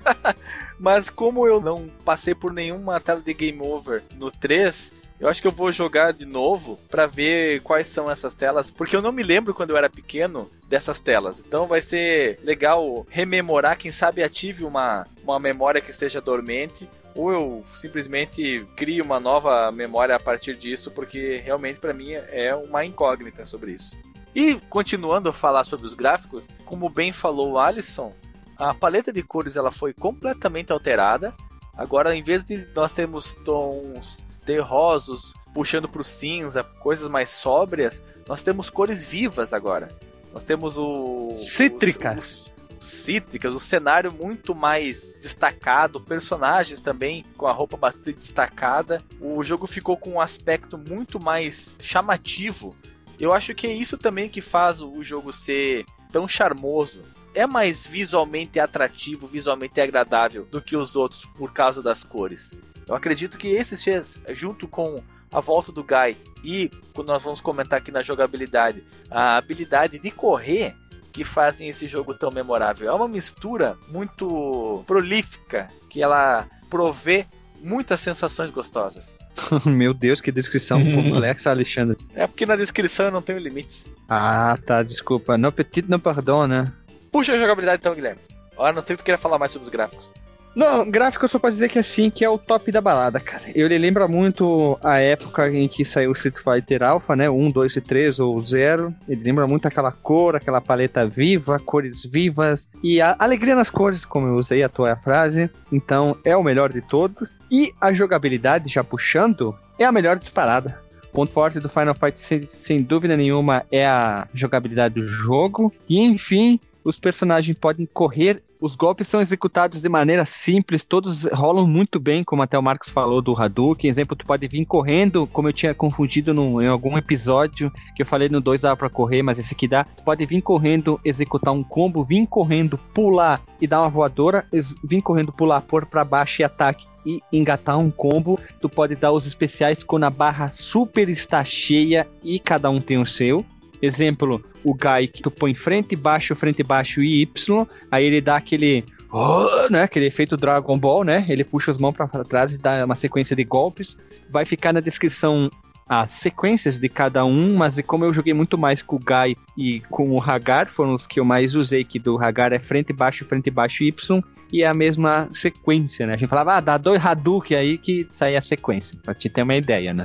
[SPEAKER 2] Mas como eu não passei por nenhuma tela de Game Over no três, eu acho que eu vou jogar de novo pra ver quais são essas telas, porque eu não me lembro quando eu era pequeno dessas telas. Então vai ser legal rememorar, quem sabe ative uma, uma memória que esteja dormente, ou eu simplesmente crio uma nova memória a partir disso, porque realmente pra mim é uma incógnita sobre isso. E continuando a falar sobre os gráficos, como bem falou o Alisson, a paleta de cores ela foi completamente alterada. Agora, em vez de nós termos tons terrosos, puxando para o cinza, coisas mais sóbrias, nós temos cores vivas agora. Nós temos o...
[SPEAKER 1] Cítricas.
[SPEAKER 2] O, o, cítricas, o cenário muito mais destacado, personagens também com a roupa bastante destacada. O jogo ficou com um aspecto muito mais chamativo. Eu acho que é isso também que faz o jogo ser tão charmoso. É mais visualmente atrativo, visualmente agradável do que os outros por causa das cores. Eu acredito que esses, junto com a volta do Guy e, quando nós vamos comentar aqui na jogabilidade, a habilidade de correr, que fazem esse jogo tão memorável. É uma mistura muito prolífica, que ela provê muitas sensações gostosas.
[SPEAKER 1] Meu Deus, que descrição complexa, Alexandre.
[SPEAKER 2] É porque na descrição eu não tenho limites.
[SPEAKER 1] Ah, tá, desculpa. No petit, no pardon, né?
[SPEAKER 2] Puxa a jogabilidade então, Guilherme. Olha, não sei se tu queria falar mais sobre os gráficos.
[SPEAKER 1] Não, gráfico eu só posso dizer que é assim, que é o top da balada, cara. Ele lembra muito a época em que saiu o Street Fighter Alpha, né? um, dois e três ou zero. Ele lembra muito aquela cor, aquela paleta viva, cores vivas e a alegria nas cores, como eu usei a tua frase. Então, é o melhor de todos. E a jogabilidade, já puxando, é a melhor disparada. O ponto forte do Final Fight, sem, sem dúvida nenhuma, é a jogabilidade do jogo. E, enfim, os personagens podem correr, os golpes são executados de maneira simples, todos rolam muito bem, como até o Marcos falou do Hadouken. Exemplo, tu pode vir correndo, como eu tinha confundido no, em algum episódio, que eu falei no dois dava pra correr, mas esse aqui dá. Tu pode vir correndo, executar um combo, vir correndo, pular e dar uma voadora, vir correndo, pular, pôr pra baixo e ataque e engatar um combo. Tu pode dar os especiais quando a barra super está cheia e cada um tem o seu. Exemplo, o Guy que tu põe frente, baixo, frente, baixo e Y, aí ele dá aquele, oh, né, aquele efeito Dragon Ball, né, ele puxa as mãos pra trás e dá uma sequência de golpes. Vai ficar na descrição as sequências de cada um, mas como eu joguei muito mais com o Guy e com o Hagar, foram os que eu mais usei, que do Hagar é frente, baixo, frente, baixo e Y, e é a mesma sequência, né, a gente falava, ah, dá dois Hadouken aí que sai a sequência, pra te ter uma ideia, né.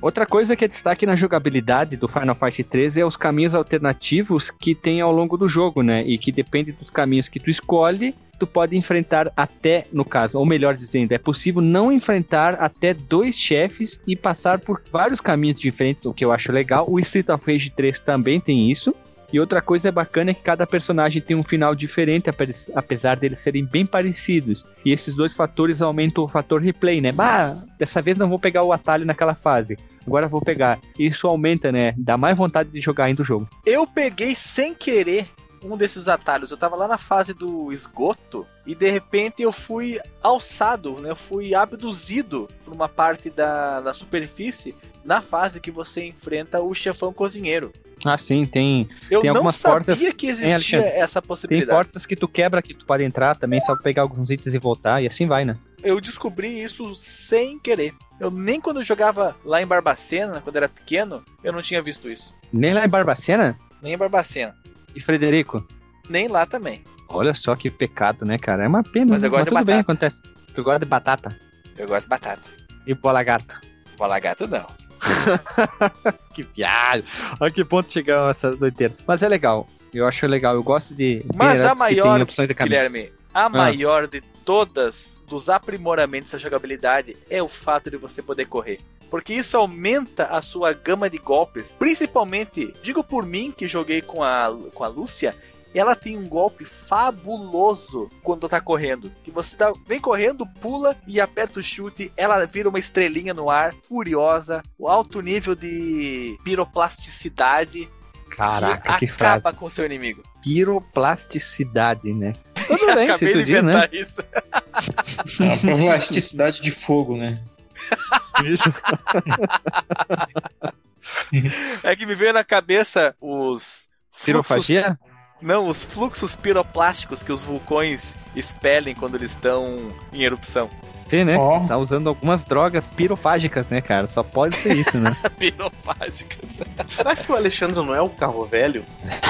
[SPEAKER 1] Outra coisa que é destaque na jogabilidade do Final Fight treze é os caminhos alternativos que tem ao longo do jogo, né? E que depende dos caminhos que tu escolhe, tu pode enfrentar até, no caso, ou melhor dizendo, é possível não enfrentar até dois chefes e passar por vários caminhos diferentes, o que eu acho legal. O Street of Rage três também tem isso. E outra coisa bacana é que cada personagem tem um final diferente, apesar deles serem bem parecidos. E esses dois fatores aumentam o fator replay, né? Bah, dessa vez não vou pegar o atalho naquela fase. Agora vou pegar. Isso aumenta, né? Dá mais vontade de jogar ainda o jogo.
[SPEAKER 2] Eu peguei sem querer um desses atalhos. Eu tava lá na fase do esgoto e de repente eu fui alçado, né? Eu fui abduzido por uma parte da, da superfície na fase que você enfrenta o chefão cozinheiro.
[SPEAKER 1] Ah, sim, tem,
[SPEAKER 2] eu
[SPEAKER 1] tem algumas portas.
[SPEAKER 2] Eu não sabia que existia
[SPEAKER 1] é,
[SPEAKER 2] essa possibilidade.
[SPEAKER 1] Tem portas que tu quebra que tu pode entrar também, só pegar alguns itens e voltar, e assim vai, né?
[SPEAKER 2] Eu descobri isso sem querer. Eu nem quando eu jogava lá em Barbacena, quando era pequeno, eu não tinha visto isso.
[SPEAKER 1] Nem lá em Barbacena?
[SPEAKER 2] Nem em Barbacena.
[SPEAKER 1] E Frederico?
[SPEAKER 2] Nem lá também.
[SPEAKER 1] Olha só que pecado, né, cara? É uma pena,
[SPEAKER 2] mas eu gosto
[SPEAKER 1] mas
[SPEAKER 2] de
[SPEAKER 1] tudo
[SPEAKER 2] batata.
[SPEAKER 1] Bem, acontece. Tu gosta de batata?
[SPEAKER 2] Eu gosto de batata.
[SPEAKER 1] E bola gato?
[SPEAKER 2] Bola gato não.
[SPEAKER 1] Que viagem. Olha que ponto chegamos essa doideira. Mas é legal. Eu acho legal. Eu gosto de.
[SPEAKER 2] Mas a maior,
[SPEAKER 1] opções de
[SPEAKER 2] Guilherme, a ah. maior de todas dos aprimoramentos da jogabilidade é o fato de você poder correr. Porque isso aumenta a sua gama de golpes. Principalmente, digo por mim que joguei com a, com a Lúcia. Ela tem um golpe fabuloso quando tá correndo. Que você tá, vem correndo, pula e aperta o chute. Ela vira uma estrelinha no ar, furiosa. O alto nível de piroplasticidade.
[SPEAKER 1] Caraca, que,
[SPEAKER 2] que
[SPEAKER 1] frase.
[SPEAKER 2] Acaba com o seu inimigo.
[SPEAKER 1] Piroplasticidade, né? Tudo bem,
[SPEAKER 2] acabei
[SPEAKER 1] se tu
[SPEAKER 2] de
[SPEAKER 1] diz, né?
[SPEAKER 2] isso.
[SPEAKER 3] É, plasticidade de fogo, né?
[SPEAKER 1] Isso.
[SPEAKER 2] É que me veio na cabeça os...
[SPEAKER 1] Pirofagia?
[SPEAKER 2] Não, os fluxos piroplásticos que os vulcões expelem quando eles estão em erupção.
[SPEAKER 1] Sim, né?
[SPEAKER 3] Oh.
[SPEAKER 1] Tá usando algumas drogas pirofágicas, né, cara? Só pode ser isso, né?
[SPEAKER 2] Pirofágicas.
[SPEAKER 4] Será que o Alexandre não é o carro velho?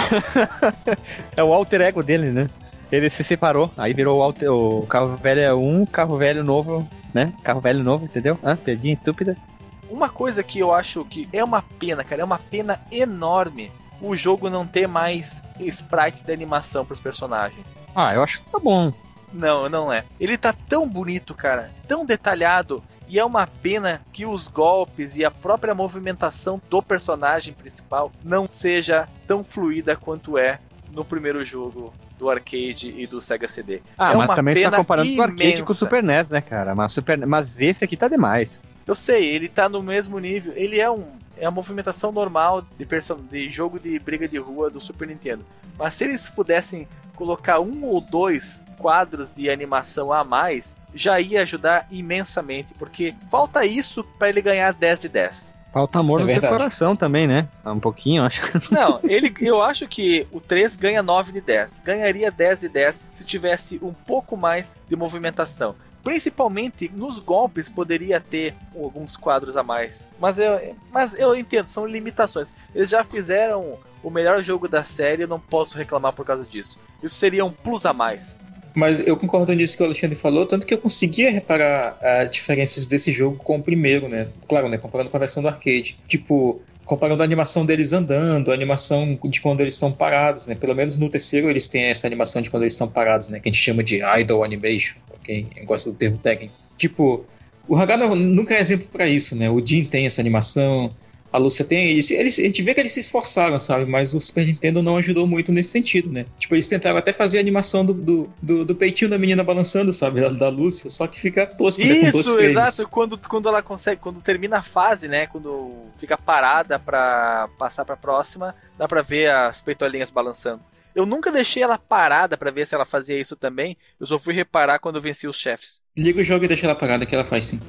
[SPEAKER 1] É o alter ego dele, né? Ele se separou, aí virou o, alter, o carro velho é um, carro velho novo, né? Carro velho novo, entendeu? Ah, piadinha estúpida.
[SPEAKER 2] Uma coisa que eu acho que é uma pena, cara, é uma pena enorme o jogo não ter mais sprites de animação pros personagens.
[SPEAKER 1] Ah, eu acho que tá bom.
[SPEAKER 2] Não, não é. Ele tá tão bonito, cara, tão detalhado, e é uma pena que os golpes e a própria movimentação do personagem principal não seja tão fluida quanto é no primeiro jogo do arcade e do Sega C D.
[SPEAKER 1] Ah,
[SPEAKER 2] é
[SPEAKER 1] mas
[SPEAKER 2] uma
[SPEAKER 1] também
[SPEAKER 2] pena
[SPEAKER 1] tá comparando
[SPEAKER 2] imensa.
[SPEAKER 1] o arcade com o Super N E S, né, cara? Mas, Super... mas esse aqui tá demais.
[SPEAKER 2] Eu sei, ele tá no mesmo nível. Ele é um é a movimentação normal de, person... de jogo de briga de rua do Super Nintendo. Mas se eles pudessem colocar um ou dois quadros de animação a mais, já ia ajudar imensamente, porque falta isso pra ele ganhar dez de dez.
[SPEAKER 1] Falta amor
[SPEAKER 3] É
[SPEAKER 1] no
[SPEAKER 3] verdade.
[SPEAKER 1] teu coração também, né? Um pouquinho, acho.
[SPEAKER 2] Não, ele, eu acho que o três ganha nove de dez. Ganharia dez de dez se tivesse um pouco mais de movimentação. Principalmente nos golpes poderia ter alguns quadros a mais. Mas eu, mas eu entendo, são limitações. Eles já fizeram o melhor jogo da série, eu não posso reclamar por causa disso. Isso seria um plus a mais.
[SPEAKER 3] Mas eu concordo nisso que o Alexandre falou, tanto que eu conseguia reparar as diferenças desse jogo com o primeiro, né? Claro, né? Comparando com a versão do arcade. Tipo, comparando a animação deles andando, a animação de quando eles estão parados, né? Pelo menos no terceiro eles têm essa animação de quando eles estão parados, né? Que a gente chama de idle animation, pra quem gosta do termo técnico. Tipo, o Hagar nunca é exemplo pra isso, né? O Jin tem essa animação, a Lúcia tem, eles, eles, a gente vê que eles se esforçaram, sabe? Mas o Super Nintendo não ajudou muito nesse sentido, né? Tipo, eles tentaram até fazer a animação do, do, do, do peitinho da menina balançando, sabe? Da, da Lúcia, só que fica tosco, né? Com dois
[SPEAKER 2] Isso,
[SPEAKER 3] frames.
[SPEAKER 2] exato. Quando, quando ela consegue, quando termina a fase, né? Quando fica parada pra passar pra próxima, dá pra ver as peitolinhas balançando. Eu nunca deixei ela parada pra ver se ela fazia isso também. Eu só fui reparar quando eu venci os chefes.
[SPEAKER 3] Liga o jogo e deixa ela parada, que ela faz sim.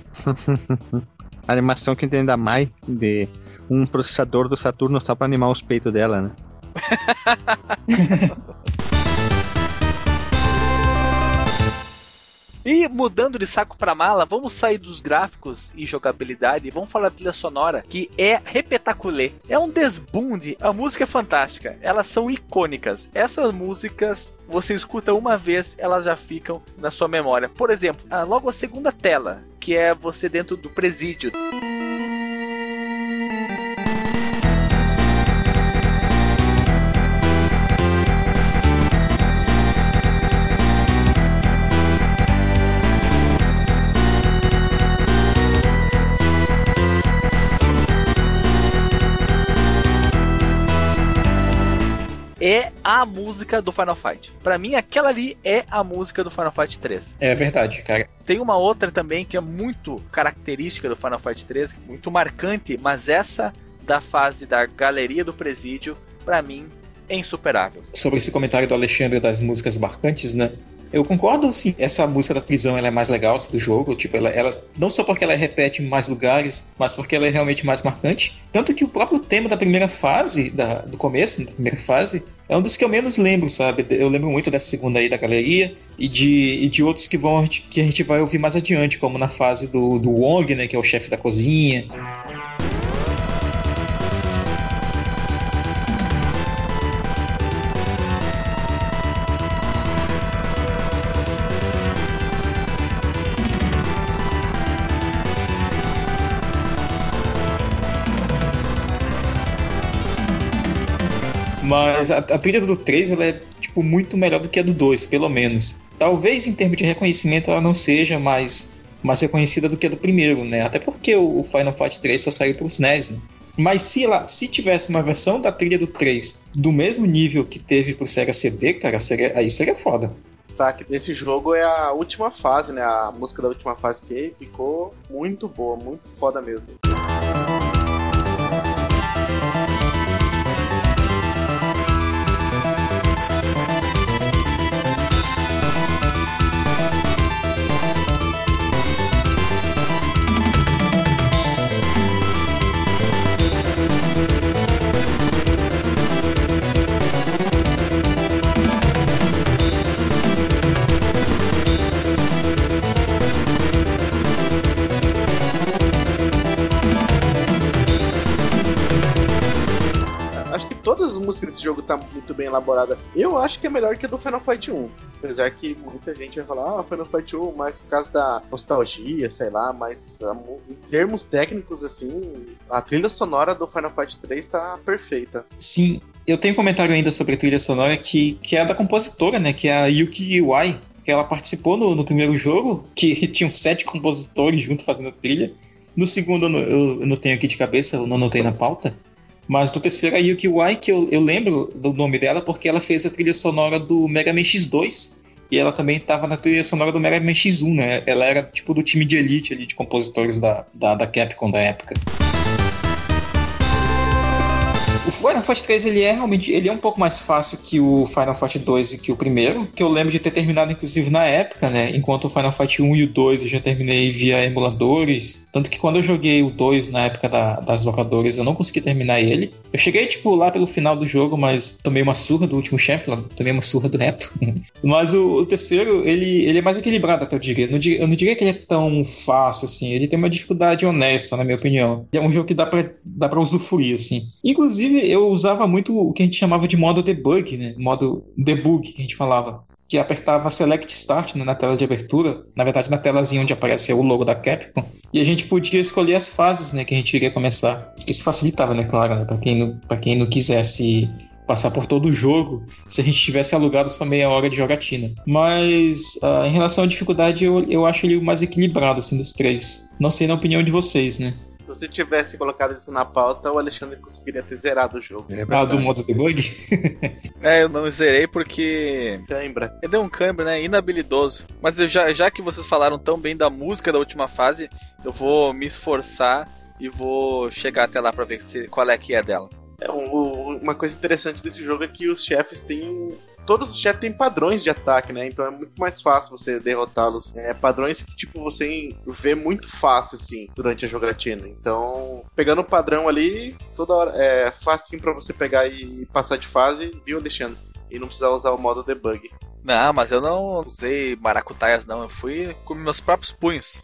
[SPEAKER 1] A animação que tem da Mai, de um processador do Saturno só pra animar os peitos dela, né?
[SPEAKER 2] E mudando de saco pra mala, vamos sair dos gráficos e jogabilidade e vamos falar da trilha sonora, que é repetaculê. É um desbunde, a música é fantástica, elas são icônicas. Essas músicas, você escuta uma vez, elas já ficam na sua memória. Por exemplo, logo a segunda tela, que é você dentro do presídio. É a música do Final Fight. Pra mim, aquela ali é a música do Final Fight três.
[SPEAKER 3] É verdade, cara.
[SPEAKER 2] Tem uma outra também que é muito característica do Final Fight três, muito marcante, mas essa da fase da galeria do presídio, pra mim, é insuperável.
[SPEAKER 3] Sobre esse comentário do Alexandre das músicas marcantes, né? Eu concordo, sim. Essa música da prisão ela é mais legal do jogo. Tipo, ela, ela não só porque ela repete em mais lugares, mas porque ela é realmente mais marcante. Tanto que o próprio tema da primeira fase, da, do começo, da primeira fase, é um dos que eu menos lembro, sabe? Eu lembro muito dessa segunda aí da galeria e de, e de outros que, vão, que a gente vai ouvir mais adiante, como na fase do, do Wong, né? Que é o chefe da cozinha. Mas a, a trilha do três ela é tipo, muito melhor do que a do dois, pelo menos. Talvez em termos de reconhecimento ela não seja mais, mais reconhecida do que a do primeiro, né? Até porque o, o Final Fight três só saiu para os N E S, né? Mas se, ela, se tivesse uma versão da trilha do três do mesmo nível que teve pro Sega C D, cara, seria, aí seria foda.
[SPEAKER 4] Tá, que desse jogo é a última fase, né? A música da última fase que ficou muito boa, muito foda mesmo. Todas as músicas desse jogo tá muito bem elaborada. Eu acho que é melhor que a do Final Fight um. Apesar que muita gente vai falar, ah, Final Fight um, mais por causa da nostalgia, sei lá, mas em termos técnicos, assim, a trilha sonora do Final Fight três tá perfeita.
[SPEAKER 3] Sim, eu tenho um comentário ainda sobre a trilha sonora que, que é da compositora, né, que é a Yuki Iwai, que ela participou no, no primeiro jogo, que tinham sete compositores junto fazendo a trilha. No segundo eu não, eu não tenho aqui de cabeça, eu não anotei na pauta. Mas do terceiro, a Yuki Iwai, que eu, eu lembro do nome dela porque ela fez a trilha sonora do Mega Man X dois e ela também estava na trilha sonora do Mega Man X um, né? Ela era tipo do time de elite ali, de compositores da, da, da Capcom da época. O Final Fight três ele é realmente ele é um pouco mais fácil que o Final Fight dois e que o primeiro, que eu lembro de ter terminado inclusive na época, né? Enquanto o Final Fight um e o dois eu já terminei via emuladores. Tanto que quando eu joguei o dois na época da, das locadoras eu não consegui terminar ele. Eu cheguei tipo lá pelo final do jogo, mas tomei uma surra do último chefe, tomei uma surra do reto. Mas o, o terceiro ele, ele é mais equilibrado, até eu diria. Eu não diria. Eu não diria que ele é tão fácil assim. Ele tem uma dificuldade honesta, na minha opinião. É um jogo que dá pra, dá pra usufruir, assim. Inclusive eu usava muito o que a gente chamava de modo debug, né? Modo debug que a gente falava, que apertava Select Start, né, na tela de abertura, na verdade na telazinha onde aparecia o logo da Capcom, e a gente podia escolher as fases, né, que a gente iria começar. Isso facilitava, né, claro, né, para quem não, para quem não quisesse passar por todo o jogo, se a gente tivesse alugado só meia hora de jogatina. Mas uh, em relação à dificuldade, eu, eu acho ele o mais equilibrado, assim, dos três. Não sei na opinião de vocês, né?
[SPEAKER 4] Se você tivesse colocado isso na pauta, o Alexandre conseguiria ter zerado o jogo.
[SPEAKER 3] É ah, do modo debug?
[SPEAKER 2] É, eu não zerei porque...
[SPEAKER 4] Cãibra.
[SPEAKER 2] Eu dei um cãibra, né? Inabilidoso. Mas eu já, já que vocês falaram tão bem da música da última fase, eu vou me esforçar e vou chegar até lá pra ver se, qual é que é dela.
[SPEAKER 4] É, um, uma coisa interessante desse jogo é que os chefes têm... Todos os chefes têm padrões de ataque, né? Então é muito mais fácil você derrotá-los. É, padrões que, tipo, você vê muito fácil, assim, durante a jogatina. Então, pegando o padrão ali, toda hora é fácil pra você pegar e passar de fase, viu, Alexandre? E não precisar usar o modo debug.
[SPEAKER 2] Não, mas eu não usei maracutaias, não. Eu fui com meus próprios punhos.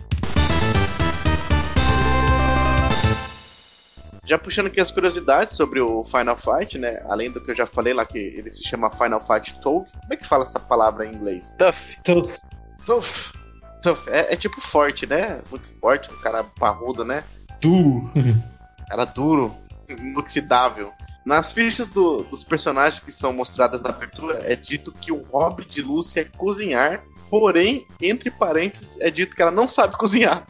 [SPEAKER 4] Já puxando aqui as curiosidades sobre o Final Fight, né? Além do que eu já falei lá, que ele se chama Final Fight Tough. Como é que fala essa palavra em inglês?
[SPEAKER 2] Tough.
[SPEAKER 3] Tough.
[SPEAKER 4] Tough. Tough. É, é tipo forte, né? Muito forte, um cara parrudo, né?
[SPEAKER 3] Duro.
[SPEAKER 4] Era duro. inoxidável. Nas fichas do, dos personagens que são mostradas na abertura, é dito que o hobby de Lúcia é cozinhar, porém, entre parênteses, é dito que ela não sabe cozinhar.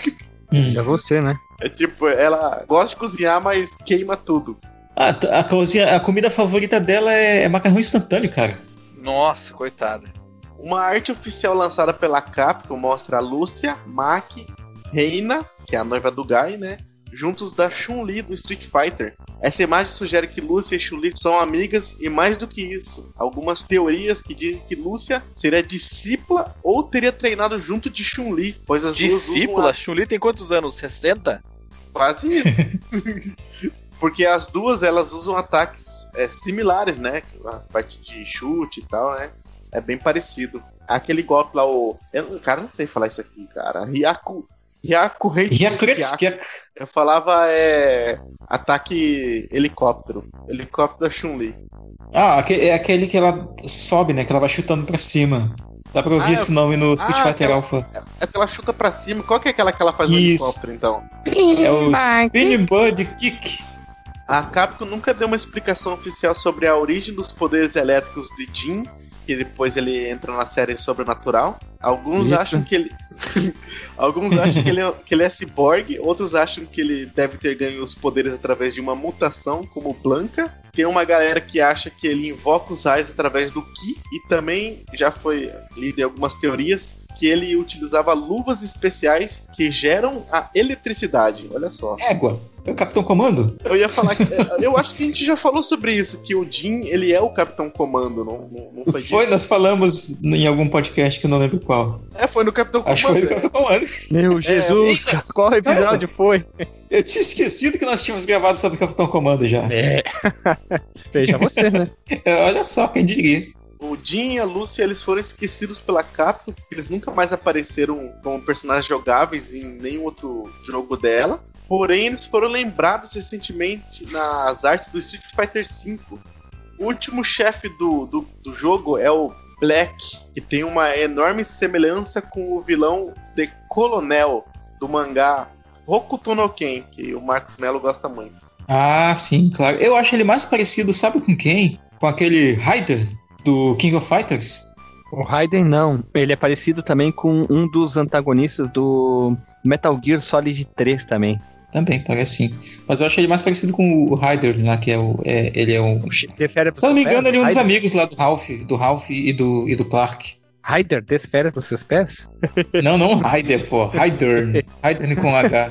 [SPEAKER 1] É você, né?
[SPEAKER 4] É tipo, ela gosta de cozinhar, mas queima tudo.
[SPEAKER 3] Ah, a, cozinha, a comida favorita dela é, é macarrão instantâneo, cara.
[SPEAKER 2] Nossa, coitada.
[SPEAKER 4] Uma arte oficial lançada pela Capcom mostra a Lúcia, Maki, Reina, que é a noiva do Guy, né? Juntos da Chun-Li do Street Fighter. Essa imagem sugere que Lúcia e Chun-Li são amigas e mais do que isso, algumas teorias que dizem que Lúcia seria discípula ou teria treinado junto de Chun-Li, pois as
[SPEAKER 2] Discípula?
[SPEAKER 4] duas usam a...
[SPEAKER 2] Chun-Li tem quantos anos? sessenta?
[SPEAKER 4] Quase isso. Porque as duas, elas usam ataques é, similares, né? A parte de chute e tal, né? É bem parecido. Aquele golpe lá, o... Eu, cara, não sei falar isso aqui, cara. Ryaku... Ryaku
[SPEAKER 3] Ryaku.
[SPEAKER 4] Eu falava é... ataque helicóptero. Helicóptero da Chun-Li.
[SPEAKER 3] Ah, é aquele que ela sobe, né? Que ela vai chutando pra cima. Dá pra ouvir ah, esse nome no Street ah, Fighter Alpha.
[SPEAKER 4] É que ela chuta pra cima. Qual que é aquela que ela faz no helicóptero, então?
[SPEAKER 3] É o Spinning Bird Kick.
[SPEAKER 4] A Capcom nunca deu uma explicação oficial sobre a origem dos poderes elétricos de Jin, que depois ele entra na série Sobrenatural. Alguns Isso. acham que ele... Alguns acham que ele, é, que ele é ciborgue, outros acham que ele deve ter ganho os poderes através de uma mutação, como Blanca. Tem uma galera que acha que ele invoca os raios através do Ki, e também já foi lido em algumas teorias que ele utilizava luvas especiais que geram a eletricidade. Olha só.
[SPEAKER 3] Égua, é o Capitão Comando?
[SPEAKER 4] Eu ia falar que... eu acho que a gente já falou sobre isso, que o Jin, ele é o Capitão Comando, não, não, não foi
[SPEAKER 3] Foi, dito. Nós falamos em algum podcast que eu não lembro qual.
[SPEAKER 4] É, foi no Capitão Comando.
[SPEAKER 3] Acho que foi no Capitão Comando.
[SPEAKER 1] Meu Jesus, é, qual episódio foi?
[SPEAKER 3] Eu tinha esquecido que nós tínhamos gravado sobre o Capitão Comando já.
[SPEAKER 1] É. Veja você, né?
[SPEAKER 3] Olha só, quem diria.
[SPEAKER 4] O Jin e a Lúcia, eles foram esquecidos pela Capcom, eles nunca mais apareceram como personagens jogáveis em nenhum outro jogo dela. Porém, eles foram lembrados recentemente nas artes do Street Fighter cinco. O último chefe do, do, do jogo é o Black, que tem uma enorme semelhança com o vilão The Colonel do mangá Hokuto no Ken, que o Marcos Mello gosta muito.
[SPEAKER 3] Ah, sim, claro. Eu acho ele mais parecido, sabe com quem? Com aquele Raiden do King of Fighters.
[SPEAKER 1] O Raiden não. Ele é parecido também com um dos antagonistas do Metal Gear Solid três também.
[SPEAKER 3] Também, parece sim. Mas eu acho ele mais parecido com o Ryder lá, que é o. É, ele é um. Se eu não me engano, ele é um dos amigos lá do Ralph, do Ralph e do, e do Clark.
[SPEAKER 1] Ryder, desfere pros seus pés?
[SPEAKER 3] Não, não Ryder, pô. Ryder. Ryder com H.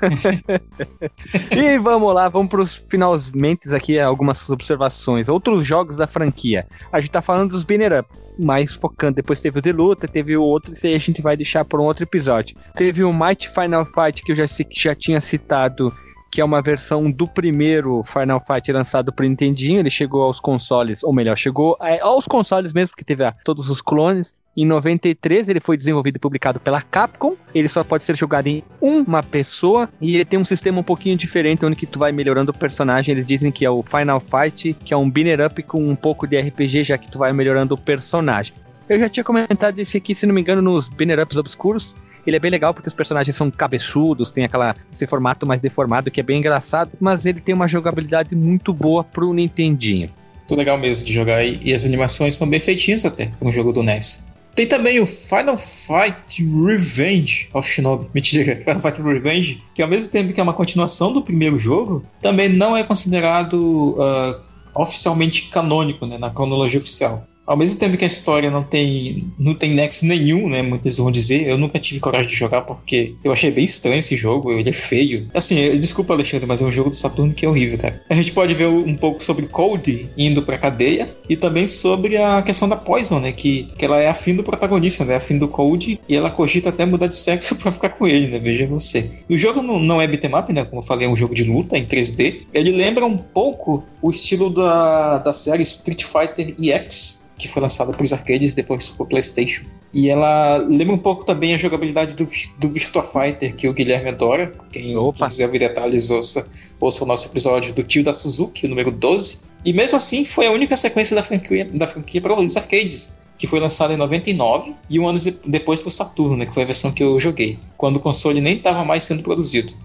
[SPEAKER 1] E vamos lá, vamos pros finalmente aqui, algumas observações. Outros jogos da franquia. A gente tá falando dos banner up, mais focando. Depois teve o de luta, teve o outro, e a gente vai deixar por um outro episódio. Teve o Mighty Final Fight, que eu já, já tinha citado, que é uma versão do primeiro Final Fight lançado pro Nintendinho. Ele chegou aos consoles, ou melhor, chegou aos consoles mesmo, porque teve ah, todos os clones. Em noventa e três ele foi desenvolvido e publicado pela Capcom. Ele só pode ser jogado em uma pessoa e ele tem um sistema um pouquinho diferente, onde que tu vai melhorando o personagem. Eles dizem que é o Final Fight, que é um banner up com um pouco de R P G, já que tu vai melhorando o personagem. Eu já tinha comentado esse aqui, se não me engano, nos banner ups obscuros. Ele é bem legal porque os personagens são cabeçudos, tem aquela, esse formato mais deformado que é bem engraçado, mas ele tem uma jogabilidade muito boa pro Nintendinho.
[SPEAKER 3] Muito legal mesmo de jogar e, e as animações são bem feitinhas até no jogo do N E S. Tem também o Final Fight Revenge of Shinobi. Mentira, Final Fight Revenge, que ao mesmo tempo que é uma continuação do primeiro jogo, também não é considerado uh, oficialmente canônico, né, na cronologia oficial. Ao mesmo tempo que a história não tem, não tem nexo nenhum, né? Muitos vão dizer. Eu nunca tive coragem de jogar porque eu achei bem estranho esse jogo. Ele é feio. Assim, desculpa, Alexandre, mas é um jogo do Saturno que é horrível, cara. A gente pode ver um pouco sobre Code indo pra cadeia e também sobre a questão da Poison, né? Que, que ela é afim do protagonista, né? Afim do Code, e ela cogita até mudar de sexo pra ficar com ele, né? Veja você. O jogo não, não é beat'em up, né? Como eu falei, é um jogo de luta em três D. Ele lembra um pouco o estilo da, da série Street Fighter E X, que foi lançada para os arcades, depois para o PlayStation. E ela lembra um pouco também a jogabilidade do, do Virtua Fighter, que o Guilherme adora. Quem, quem quiser ouvir detalhes, ouça, ouça o nosso episódio do Tio da Suzuki, número doze. E mesmo assim, foi a única sequência da franquia, da franquia para os arcades, que foi lançada em noventa e nove, e um ano depois para o Saturno, né, que foi a versão que eu joguei, quando o console nem estava mais sendo produzido.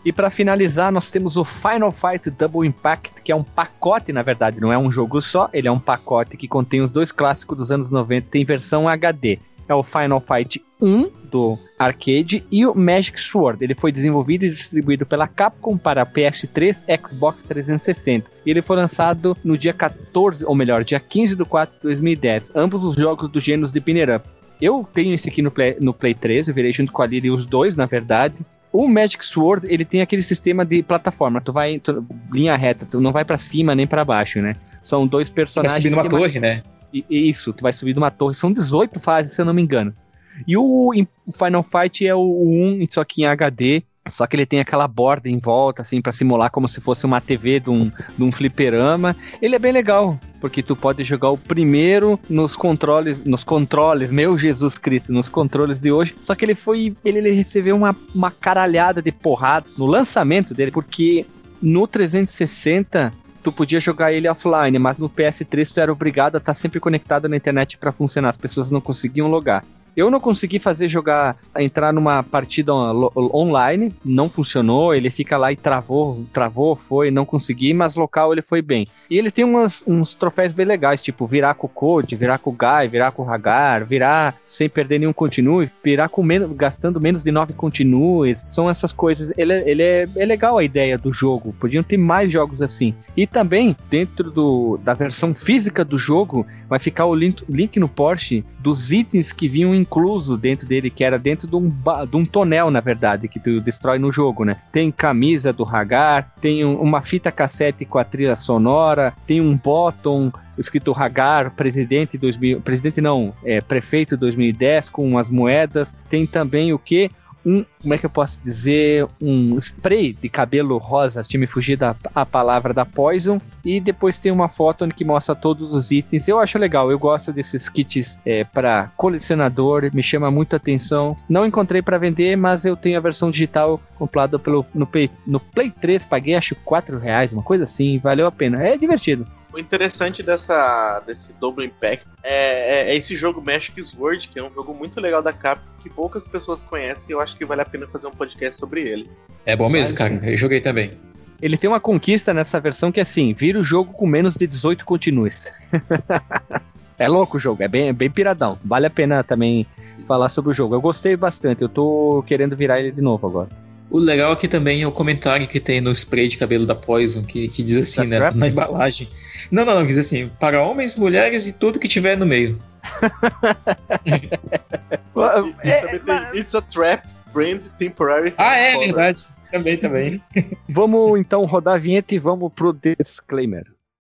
[SPEAKER 1] E pra finalizar, nós temos o Final Fight Double Impact, que é um pacote, na verdade, não é um jogo só, ele é um pacote que contém os dois clássicos dos anos noventa em versão H D. É o Final Fight um do arcade e o Magic Sword. Ele foi desenvolvido e distribuído pela Capcom para P S três, Xbox trezentos e sessenta. E ele foi lançado no dia quatorze, ou melhor, dia quinze de quatro de dois mil e dez. Ambos os jogos do gênero de Pinner Up. Eu tenho esse aqui no Play, no Play três, eu virei junto com a Lili os dois, na verdade. O Magic Sword, ele tem aquele sistema de plataforma. Tu vai, tu, linha reta, tu não vai pra cima nem pra baixo, né? São dois personagens...
[SPEAKER 3] Vai subir numa torre, né?
[SPEAKER 1] Isso, tu vai subir numa torre. São dezoito fases, se eu não me engano. E o Final Fight é o um, só que em H D. Só que ele tem aquela borda em volta, assim, pra simular como se fosse uma T V de um, de um fliperama. Ele é bem legal, porque tu pode jogar o primeiro nos controles, nos controles, meu Jesus Cristo, nos controles de hoje. Só que ele foi, ele, ele recebeu uma, uma caralhada de porrada no lançamento dele, porque no trezentos e sessenta... tu podia jogar ele offline, mas no P S três tu era obrigado a estar sempre conectado na internet para funcionar, as pessoas não conseguiam logar. Eu não consegui fazer jogar, entrar numa partida on- online, não funcionou, ele fica lá e travou, travou, foi, não consegui, mas local ele foi bem. E ele tem umas, uns troféus bem legais, tipo virar com o Code, virar com o Guy, virar com o Hagar, virar sem perder nenhum continue, virar com menos, gastando menos de nove continues, são essas coisas. Ele, ele é, é legal a ideia do jogo, podiam ter mais jogos assim. E também, dentro do, da versão física do jogo, vai ficar o link, link no Porsche dos itens que vinham incluso dentro dele, que era dentro de um, ba- de um tonel, na verdade, que tu destrói no jogo, né? Tem camisa do Hagar, tem um, uma fita cassete com a trilha sonora, tem um bottom escrito Hagar, presidente dois mil, presidente não, é, prefeito dois mil e dez, com as moedas. Tem também o que? Um, como é que eu posso dizer, um spray de cabelo rosa, tinha me fugido a, a palavra da Poison, e depois tem uma foto que mostra todos os itens. Eu acho legal, eu gosto desses kits é, para colecionador, me chama muito a atenção. Não encontrei para vender, mas eu tenho a versão digital comprada pelo, no, Play, no Play três, paguei acho quatro reais, uma coisa assim, valeu a pena, é divertido.
[SPEAKER 4] O interessante dessa, desse Double Impact é, é, é esse jogo Magic Sword, que é um jogo muito legal da Capcom, que poucas pessoas conhecem, e eu acho que vale a pena fazer um podcast sobre ele.
[SPEAKER 3] É bom mesmo, cara. Eu joguei também.
[SPEAKER 1] Ele tem uma conquista nessa versão que é assim, vira o jogo com menos de dezoito continues. É louco o jogo, é bem, bem piradão. Vale a pena também falar sobre o jogo. Eu gostei bastante, eu tô querendo virar ele de novo agora.
[SPEAKER 3] O legal aqui também é o comentário que tem no spray de cabelo da Poison, que, que diz assim, né, na embalagem. Não, não, não, diz assim, para homens, mulheres e tudo que tiver no meio.
[SPEAKER 4] E, e também tem It's a Trap, Brand Temporary.
[SPEAKER 3] Ah, é verdade. Também, também.
[SPEAKER 1] Vamos então rodar a vinheta e vamos pro disclaimer.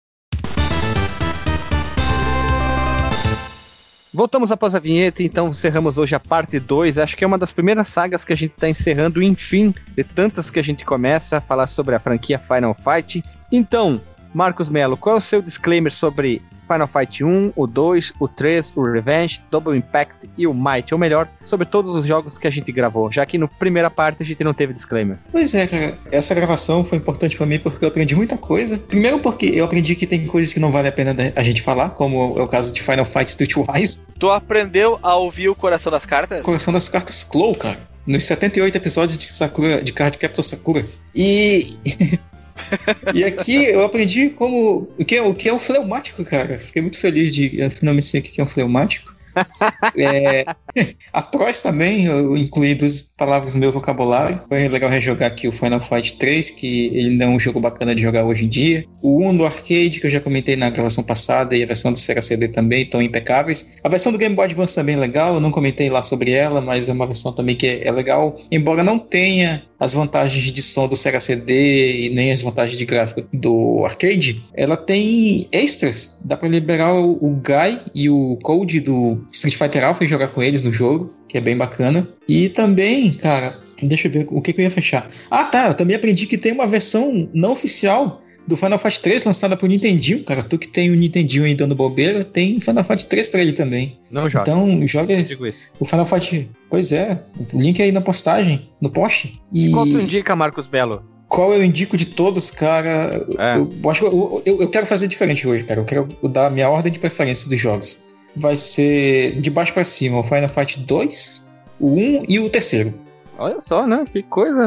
[SPEAKER 1] Voltamos após a vinheta, então encerramos hoje a parte dois. Acho que é uma das primeiras sagas que a gente está encerrando, enfim, de tantas que a gente começa a falar sobre a franquia Final Fight. Então, Marcos Melo, qual é o seu disclaimer sobre Final Fight um, o dois, o três, o Revenge, Double Impact e o Might? Ou melhor, sobre todos os jogos que a gente gravou, já que na primeira parte a gente não teve disclaimer.
[SPEAKER 3] Pois é, cara. Essa gravação foi importante pra mim porque eu aprendi muita coisa. Primeiro porque eu aprendi que tem coisas que não vale a pena a gente falar, como é o caso de Final Fight Streetwise.
[SPEAKER 2] Tu aprendeu a ouvir o Coração das Cartas?
[SPEAKER 3] Coração das Cartas Claw, cara. Nos setenta e oito episódios de Sakura, de Card Captor Sakura. E... E aqui eu aprendi como o que, é, o que é um fleumático, cara. Fiquei muito feliz de eu finalmente ser o que é um fleumático. É, atroz também, eu incluí duas palavras no meu vocabulário. Foi legal rejogar aqui o Final Fight três, que ele não é um jogo bacana de jogar hoje em dia. O um do arcade, que eu já comentei na gravação passada, e a versão do Sega C D também, estão impecáveis. A versão do Game Boy Advance também é legal, eu não comentei lá sobre ela, mas é uma versão também que é, é legal, embora não tenha as vantagens de som do Sega C D e nem as vantagens de gráfico do arcade. Ela tem extras, dá pra liberar o, o Guy e o Code do Street Fighter Alpha e jogar com eles no jogo, que é bem bacana. E também, cara, deixa eu ver o que, que eu ia fechar. Ah tá, eu também aprendi que tem uma versão não oficial do Final Fight três lançada pro Nintendinho, cara. Tu que tem o Nintendinho aí dando bobeira, tem Final Fight três pra ele também.
[SPEAKER 1] Não joga.
[SPEAKER 3] Então joga o Final Fight. Pois é, o link aí na postagem, no post. E
[SPEAKER 1] qual tu indica, Marcos Belo?
[SPEAKER 3] Qual eu indico de todos, cara? É. Eu, eu acho que eu, eu, eu quero fazer diferente hoje, cara. Eu quero dar a minha ordem de preferência dos jogos. Vai ser de baixo pra cima o Final Fight dois, o um e o terceiro.
[SPEAKER 1] Olha só, né? Que coisa, né?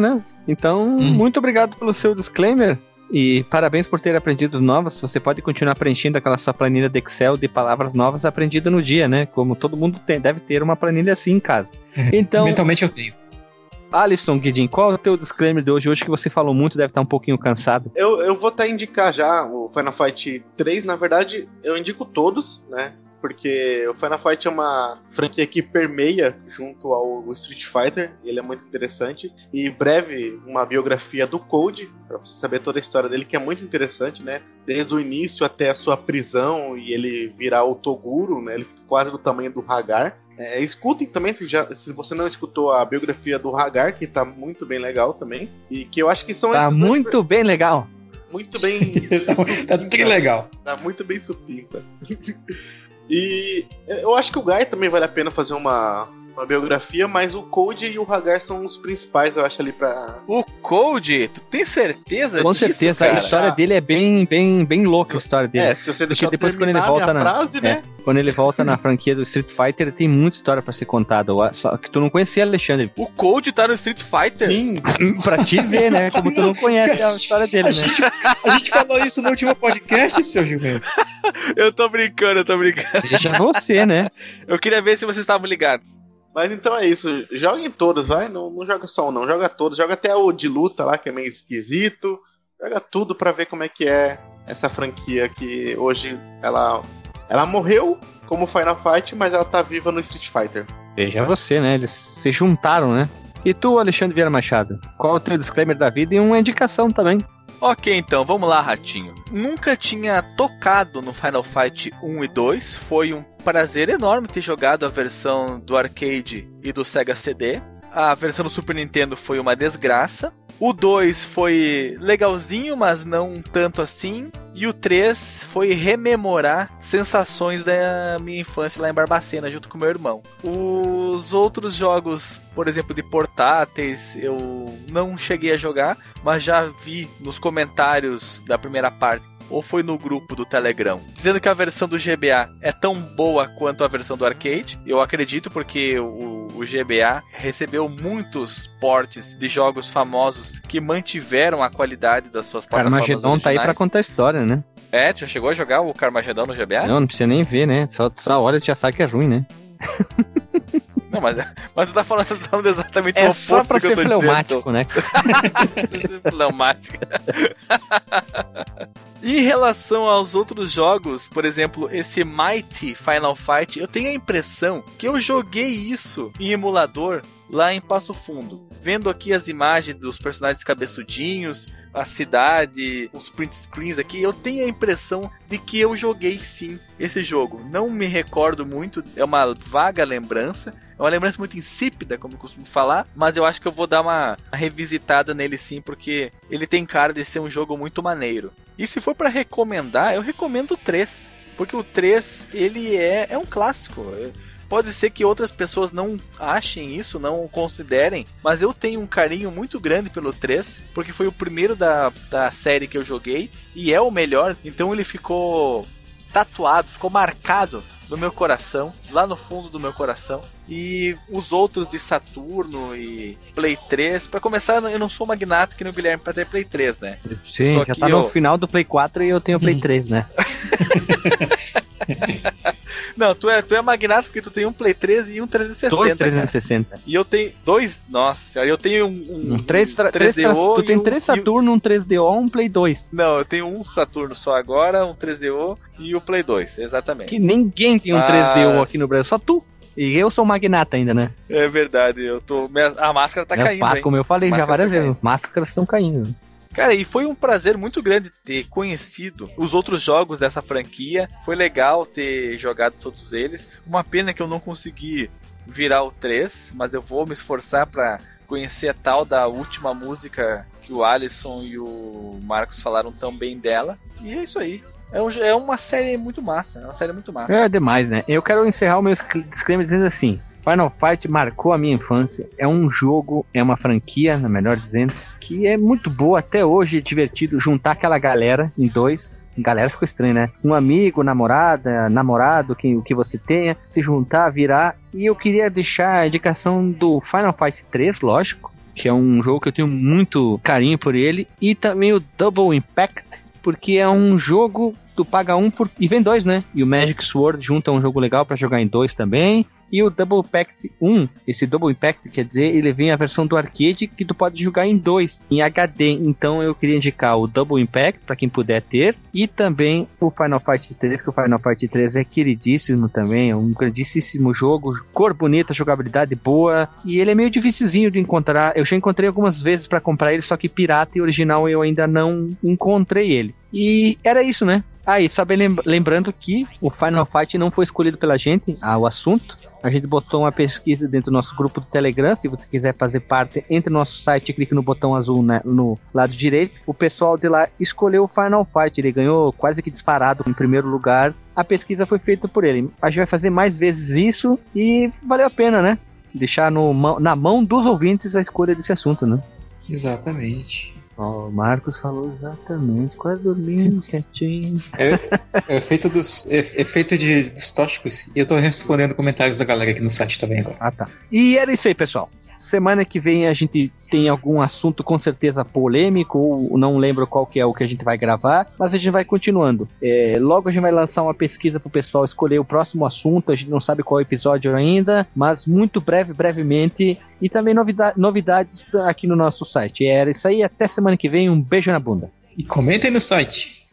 [SPEAKER 1] Então, hum. muito obrigado pelo seu disclaimer. E parabéns por ter aprendido novas. Você pode continuar preenchendo aquela sua planilha de Excel de palavras novas aprendidas no dia, né? Como todo mundo tem, deve ter uma planilha assim em casa. Então,
[SPEAKER 3] mentalmente eu tenho.
[SPEAKER 1] Alisson, Guidin, qual é o teu disclaimer de hoje? Hoje que você falou muito, deve estar um pouquinho cansado.
[SPEAKER 4] Eu, eu vou até indicar já o Final Fight três. Na verdade, eu indico todos, né? Porque o Final Fight é uma franquia que permeia junto ao Street Fighter, e ele é muito interessante. E breve, uma biografia do Code, pra você saber toda a história dele, que é muito interessante, né? Desde o início até a sua prisão e ele virar o Toguro, né? Ele fica quase do tamanho do Hagar. É, escutem também, se, já, se você não escutou a biografia do Hagar, que tá muito bem legal também. E que eu acho que são
[SPEAKER 1] Tá muito dois... bem legal.
[SPEAKER 4] Muito bem...
[SPEAKER 3] tá bem legal.
[SPEAKER 4] Tá muito bem supinta. E eu acho que o Guy também vale a pena fazer uma, uma biografia, mas o Code e o Hagar são os principais, eu acho, ali pra...
[SPEAKER 2] O Code? Tu tem certeza
[SPEAKER 1] Com
[SPEAKER 2] disso,
[SPEAKER 1] certeza,
[SPEAKER 2] cara?
[SPEAKER 1] a história dele é bem, bem, bem louca, a história dele.
[SPEAKER 4] É, se você deixar
[SPEAKER 1] depois quando ele volta na
[SPEAKER 4] frase,
[SPEAKER 1] é,
[SPEAKER 4] né?
[SPEAKER 1] Quando ele volta na franquia do Street Fighter, tem muita história pra ser contada. Só que tu não conhecia, Alexandre.
[SPEAKER 2] O Code tá no Street Fighter?
[SPEAKER 4] Sim.
[SPEAKER 1] Pra te ver, né? Como tu não conhece a história dele,
[SPEAKER 3] a
[SPEAKER 1] né?
[SPEAKER 3] Gente, a gente falou isso no último podcast, seu Jumento.
[SPEAKER 2] Eu tô brincando, eu tô brincando.
[SPEAKER 1] Deixa você, né?
[SPEAKER 2] Eu queria ver se vocês estavam ligados.
[SPEAKER 4] Mas então é isso, joguem todos, vai, não, não joga só um não, joga todos, joga até o de luta lá, que é meio esquisito, joga tudo pra ver como é que é essa franquia que hoje ela, ela morreu como Final Fight, mas ela tá viva no Street Fighter.
[SPEAKER 1] Veja você, né, eles se juntaram, né? E tu, Alexandre Vieira Machado, qual é o teu disclaimer da vida e uma indicação também?
[SPEAKER 2] Ok, então, vamos lá, Ratinho. Nunca tinha tocado no Final Fight um e dois. Foi um prazer enorme ter jogado a versão do arcade e do Sega C D. A versão do Super Nintendo foi uma desgraça. O dois foi legalzinho, mas não tanto assim. E o três foi rememorar sensações da minha infância lá em Barbacena, junto com meu irmão. Os outros jogos, por exemplo, de portáteis, eu não cheguei a jogar, mas já vi nos comentários da primeira parte, ou foi no grupo do Telegram, dizendo que a versão do G B A é tão boa quanto a versão do arcade. Eu acredito, porque o, o G B A recebeu muitos portes de jogos famosos que mantiveram a qualidade das suas plataformas originais.
[SPEAKER 1] Carmageddon tá aí pra contar a história, né?
[SPEAKER 2] É, tu já chegou a jogar o Carmageddon no G B A?
[SPEAKER 1] Não, não precisa nem ver, né? Só, só olha e já sabe que é ruim, né?
[SPEAKER 2] Não, mas, mas tu tá falando, tá falando exatamente
[SPEAKER 1] é
[SPEAKER 2] o oposto
[SPEAKER 1] só pra
[SPEAKER 2] que
[SPEAKER 1] ser
[SPEAKER 2] eu tô
[SPEAKER 1] fleumático,
[SPEAKER 2] dizendo.
[SPEAKER 1] né?
[SPEAKER 2] Ser fleumático. Em relação aos outros jogos, por exemplo, esse Mighty Final Fight, eu tenho a impressão que eu joguei isso em emulador lá em Passo Fundo. Vendo aqui as imagens dos personagens cabeçudinhos, a cidade, os print screens aqui, eu tenho a impressão de que eu joguei sim esse jogo. Não me recordo muito, é uma vaga lembrança. É uma lembrança muito insípida, como eu costumo falar, mas eu acho que eu vou dar uma revisitada nele sim, porque ele tem cara de ser um jogo muito maneiro. E se for para recomendar, eu recomendo o três, porque o três, ele é, é um clássico. Pode ser que outras pessoas não achem isso, não o considerem, mas eu tenho um carinho muito grande pelo três, porque foi o primeiro da, da série que eu joguei, e é o melhor, então ele ficou tatuado, ficou marcado no meu coração, lá no fundo do meu coração. E os outros de Saturno e Play três, pra começar, eu não sou magnata que no Guilherme pra ter Play três, né?
[SPEAKER 1] Sim,
[SPEAKER 2] Só
[SPEAKER 1] já
[SPEAKER 2] que
[SPEAKER 1] tá
[SPEAKER 2] eu...
[SPEAKER 1] no final do Play quatro e eu tenho Play três, né?
[SPEAKER 2] Não, tu é, tu é magnata porque tu tem um Play três e um trezentos e sessenta.
[SPEAKER 1] Dois trezentos e sessenta.
[SPEAKER 2] Cara. E eu tenho dois, nossa senhora, eu tenho um, um,
[SPEAKER 1] um três, tra-
[SPEAKER 2] um três D O.
[SPEAKER 1] Tu tem
[SPEAKER 2] um,
[SPEAKER 1] três Saturno, um três D O, um Play dois.
[SPEAKER 2] Não, eu tenho um Saturno só agora, um três D O e o Play dois, exatamente.
[SPEAKER 1] Que ninguém tem um
[SPEAKER 2] Mas...
[SPEAKER 1] três D O aqui no Brasil, só tu. E eu sou magnata ainda, né?
[SPEAKER 2] É verdade, eu tô. A máscara tá
[SPEAKER 1] é,
[SPEAKER 2] caindo.
[SPEAKER 1] Pá,
[SPEAKER 2] hein?
[SPEAKER 1] como eu falei já várias vezes, máscaras estão caindo.
[SPEAKER 2] Cara, e foi um prazer muito grande ter conhecido os outros jogos dessa franquia. Foi legal ter jogado todos eles. Uma pena que eu não consegui virar o três, mas eu vou me esforçar pra conhecer a tal da última música que o Alisson e o Marcos falaram tão bem dela. E é isso aí. É, um, é uma série muito massa, é uma série muito massa.
[SPEAKER 1] É demais, né? Eu quero encerrar o meu disclaimer dizendo assim: Final Fight marcou a minha infância. É um jogo, é uma franquia, na melhor dizendo, que é muito boa até hoje, é divertido juntar aquela galera em dois. Galera ficou estranho, né? Um amigo, namorada, namorado, que, o que você tenha, se juntar, virar. E eu queria deixar a indicação do Final Fight três, lógico, que é um jogo que eu tenho muito carinho por ele, e também o Double Impact, porque é um jogo tu paga um por... e vem dois, né? E o Magic Sword junto é um jogo legal pra jogar em dois também. E o Double Impact um, esse Double Impact, quer dizer, ele vem a versão do arcade que tu pode jogar em dois, em H D. Então eu queria indicar o Double Impact, pra quem puder ter, e também o Final Fight três, que o Final Fight três é queridíssimo também, é um grandíssimo jogo, cor bonita, jogabilidade boa, e ele é meio dificilzinho de encontrar. Eu já encontrei algumas vezes pra comprar ele, só que pirata e original eu ainda não encontrei ele. E era isso, né? Ah, e só bem lembrando que o Final Fight não foi escolhido pela gente, ah, o assunto. A gente botou uma pesquisa dentro do nosso grupo do Telegram. Se você quiser fazer parte, entre no nosso site e clique no botão azul, né, no lado direito. O pessoal de lá escolheu o Final Fight. Ele ganhou quase que disparado em primeiro lugar. A pesquisa foi feita por ele. A gente vai fazer mais vezes isso e valeu a pena, né? Deixar no, na mão dos ouvintes a escolha desse assunto, né?
[SPEAKER 3] Exatamente.
[SPEAKER 1] Ó, oh, o Marcos falou exatamente, quase dormindo, quietinho.
[SPEAKER 3] É, é feito dos é, é feito de dos tóxicos, e eu tô respondendo comentários da galera aqui no site também agora.
[SPEAKER 1] Ah, tá. E era isso aí, pessoal. Semana que vem a gente tem algum assunto com certeza polêmico, ou não lembro qual que é o que a gente vai gravar, mas a gente vai continuando. É, logo a gente vai lançar uma pesquisa pro pessoal escolher o próximo assunto, a gente não sabe qual episódio ainda, mas muito breve, brevemente, e também novida- novidades aqui no nosso site. Era isso aí, até semana que vem, um beijo na bunda.
[SPEAKER 3] E comentem no site.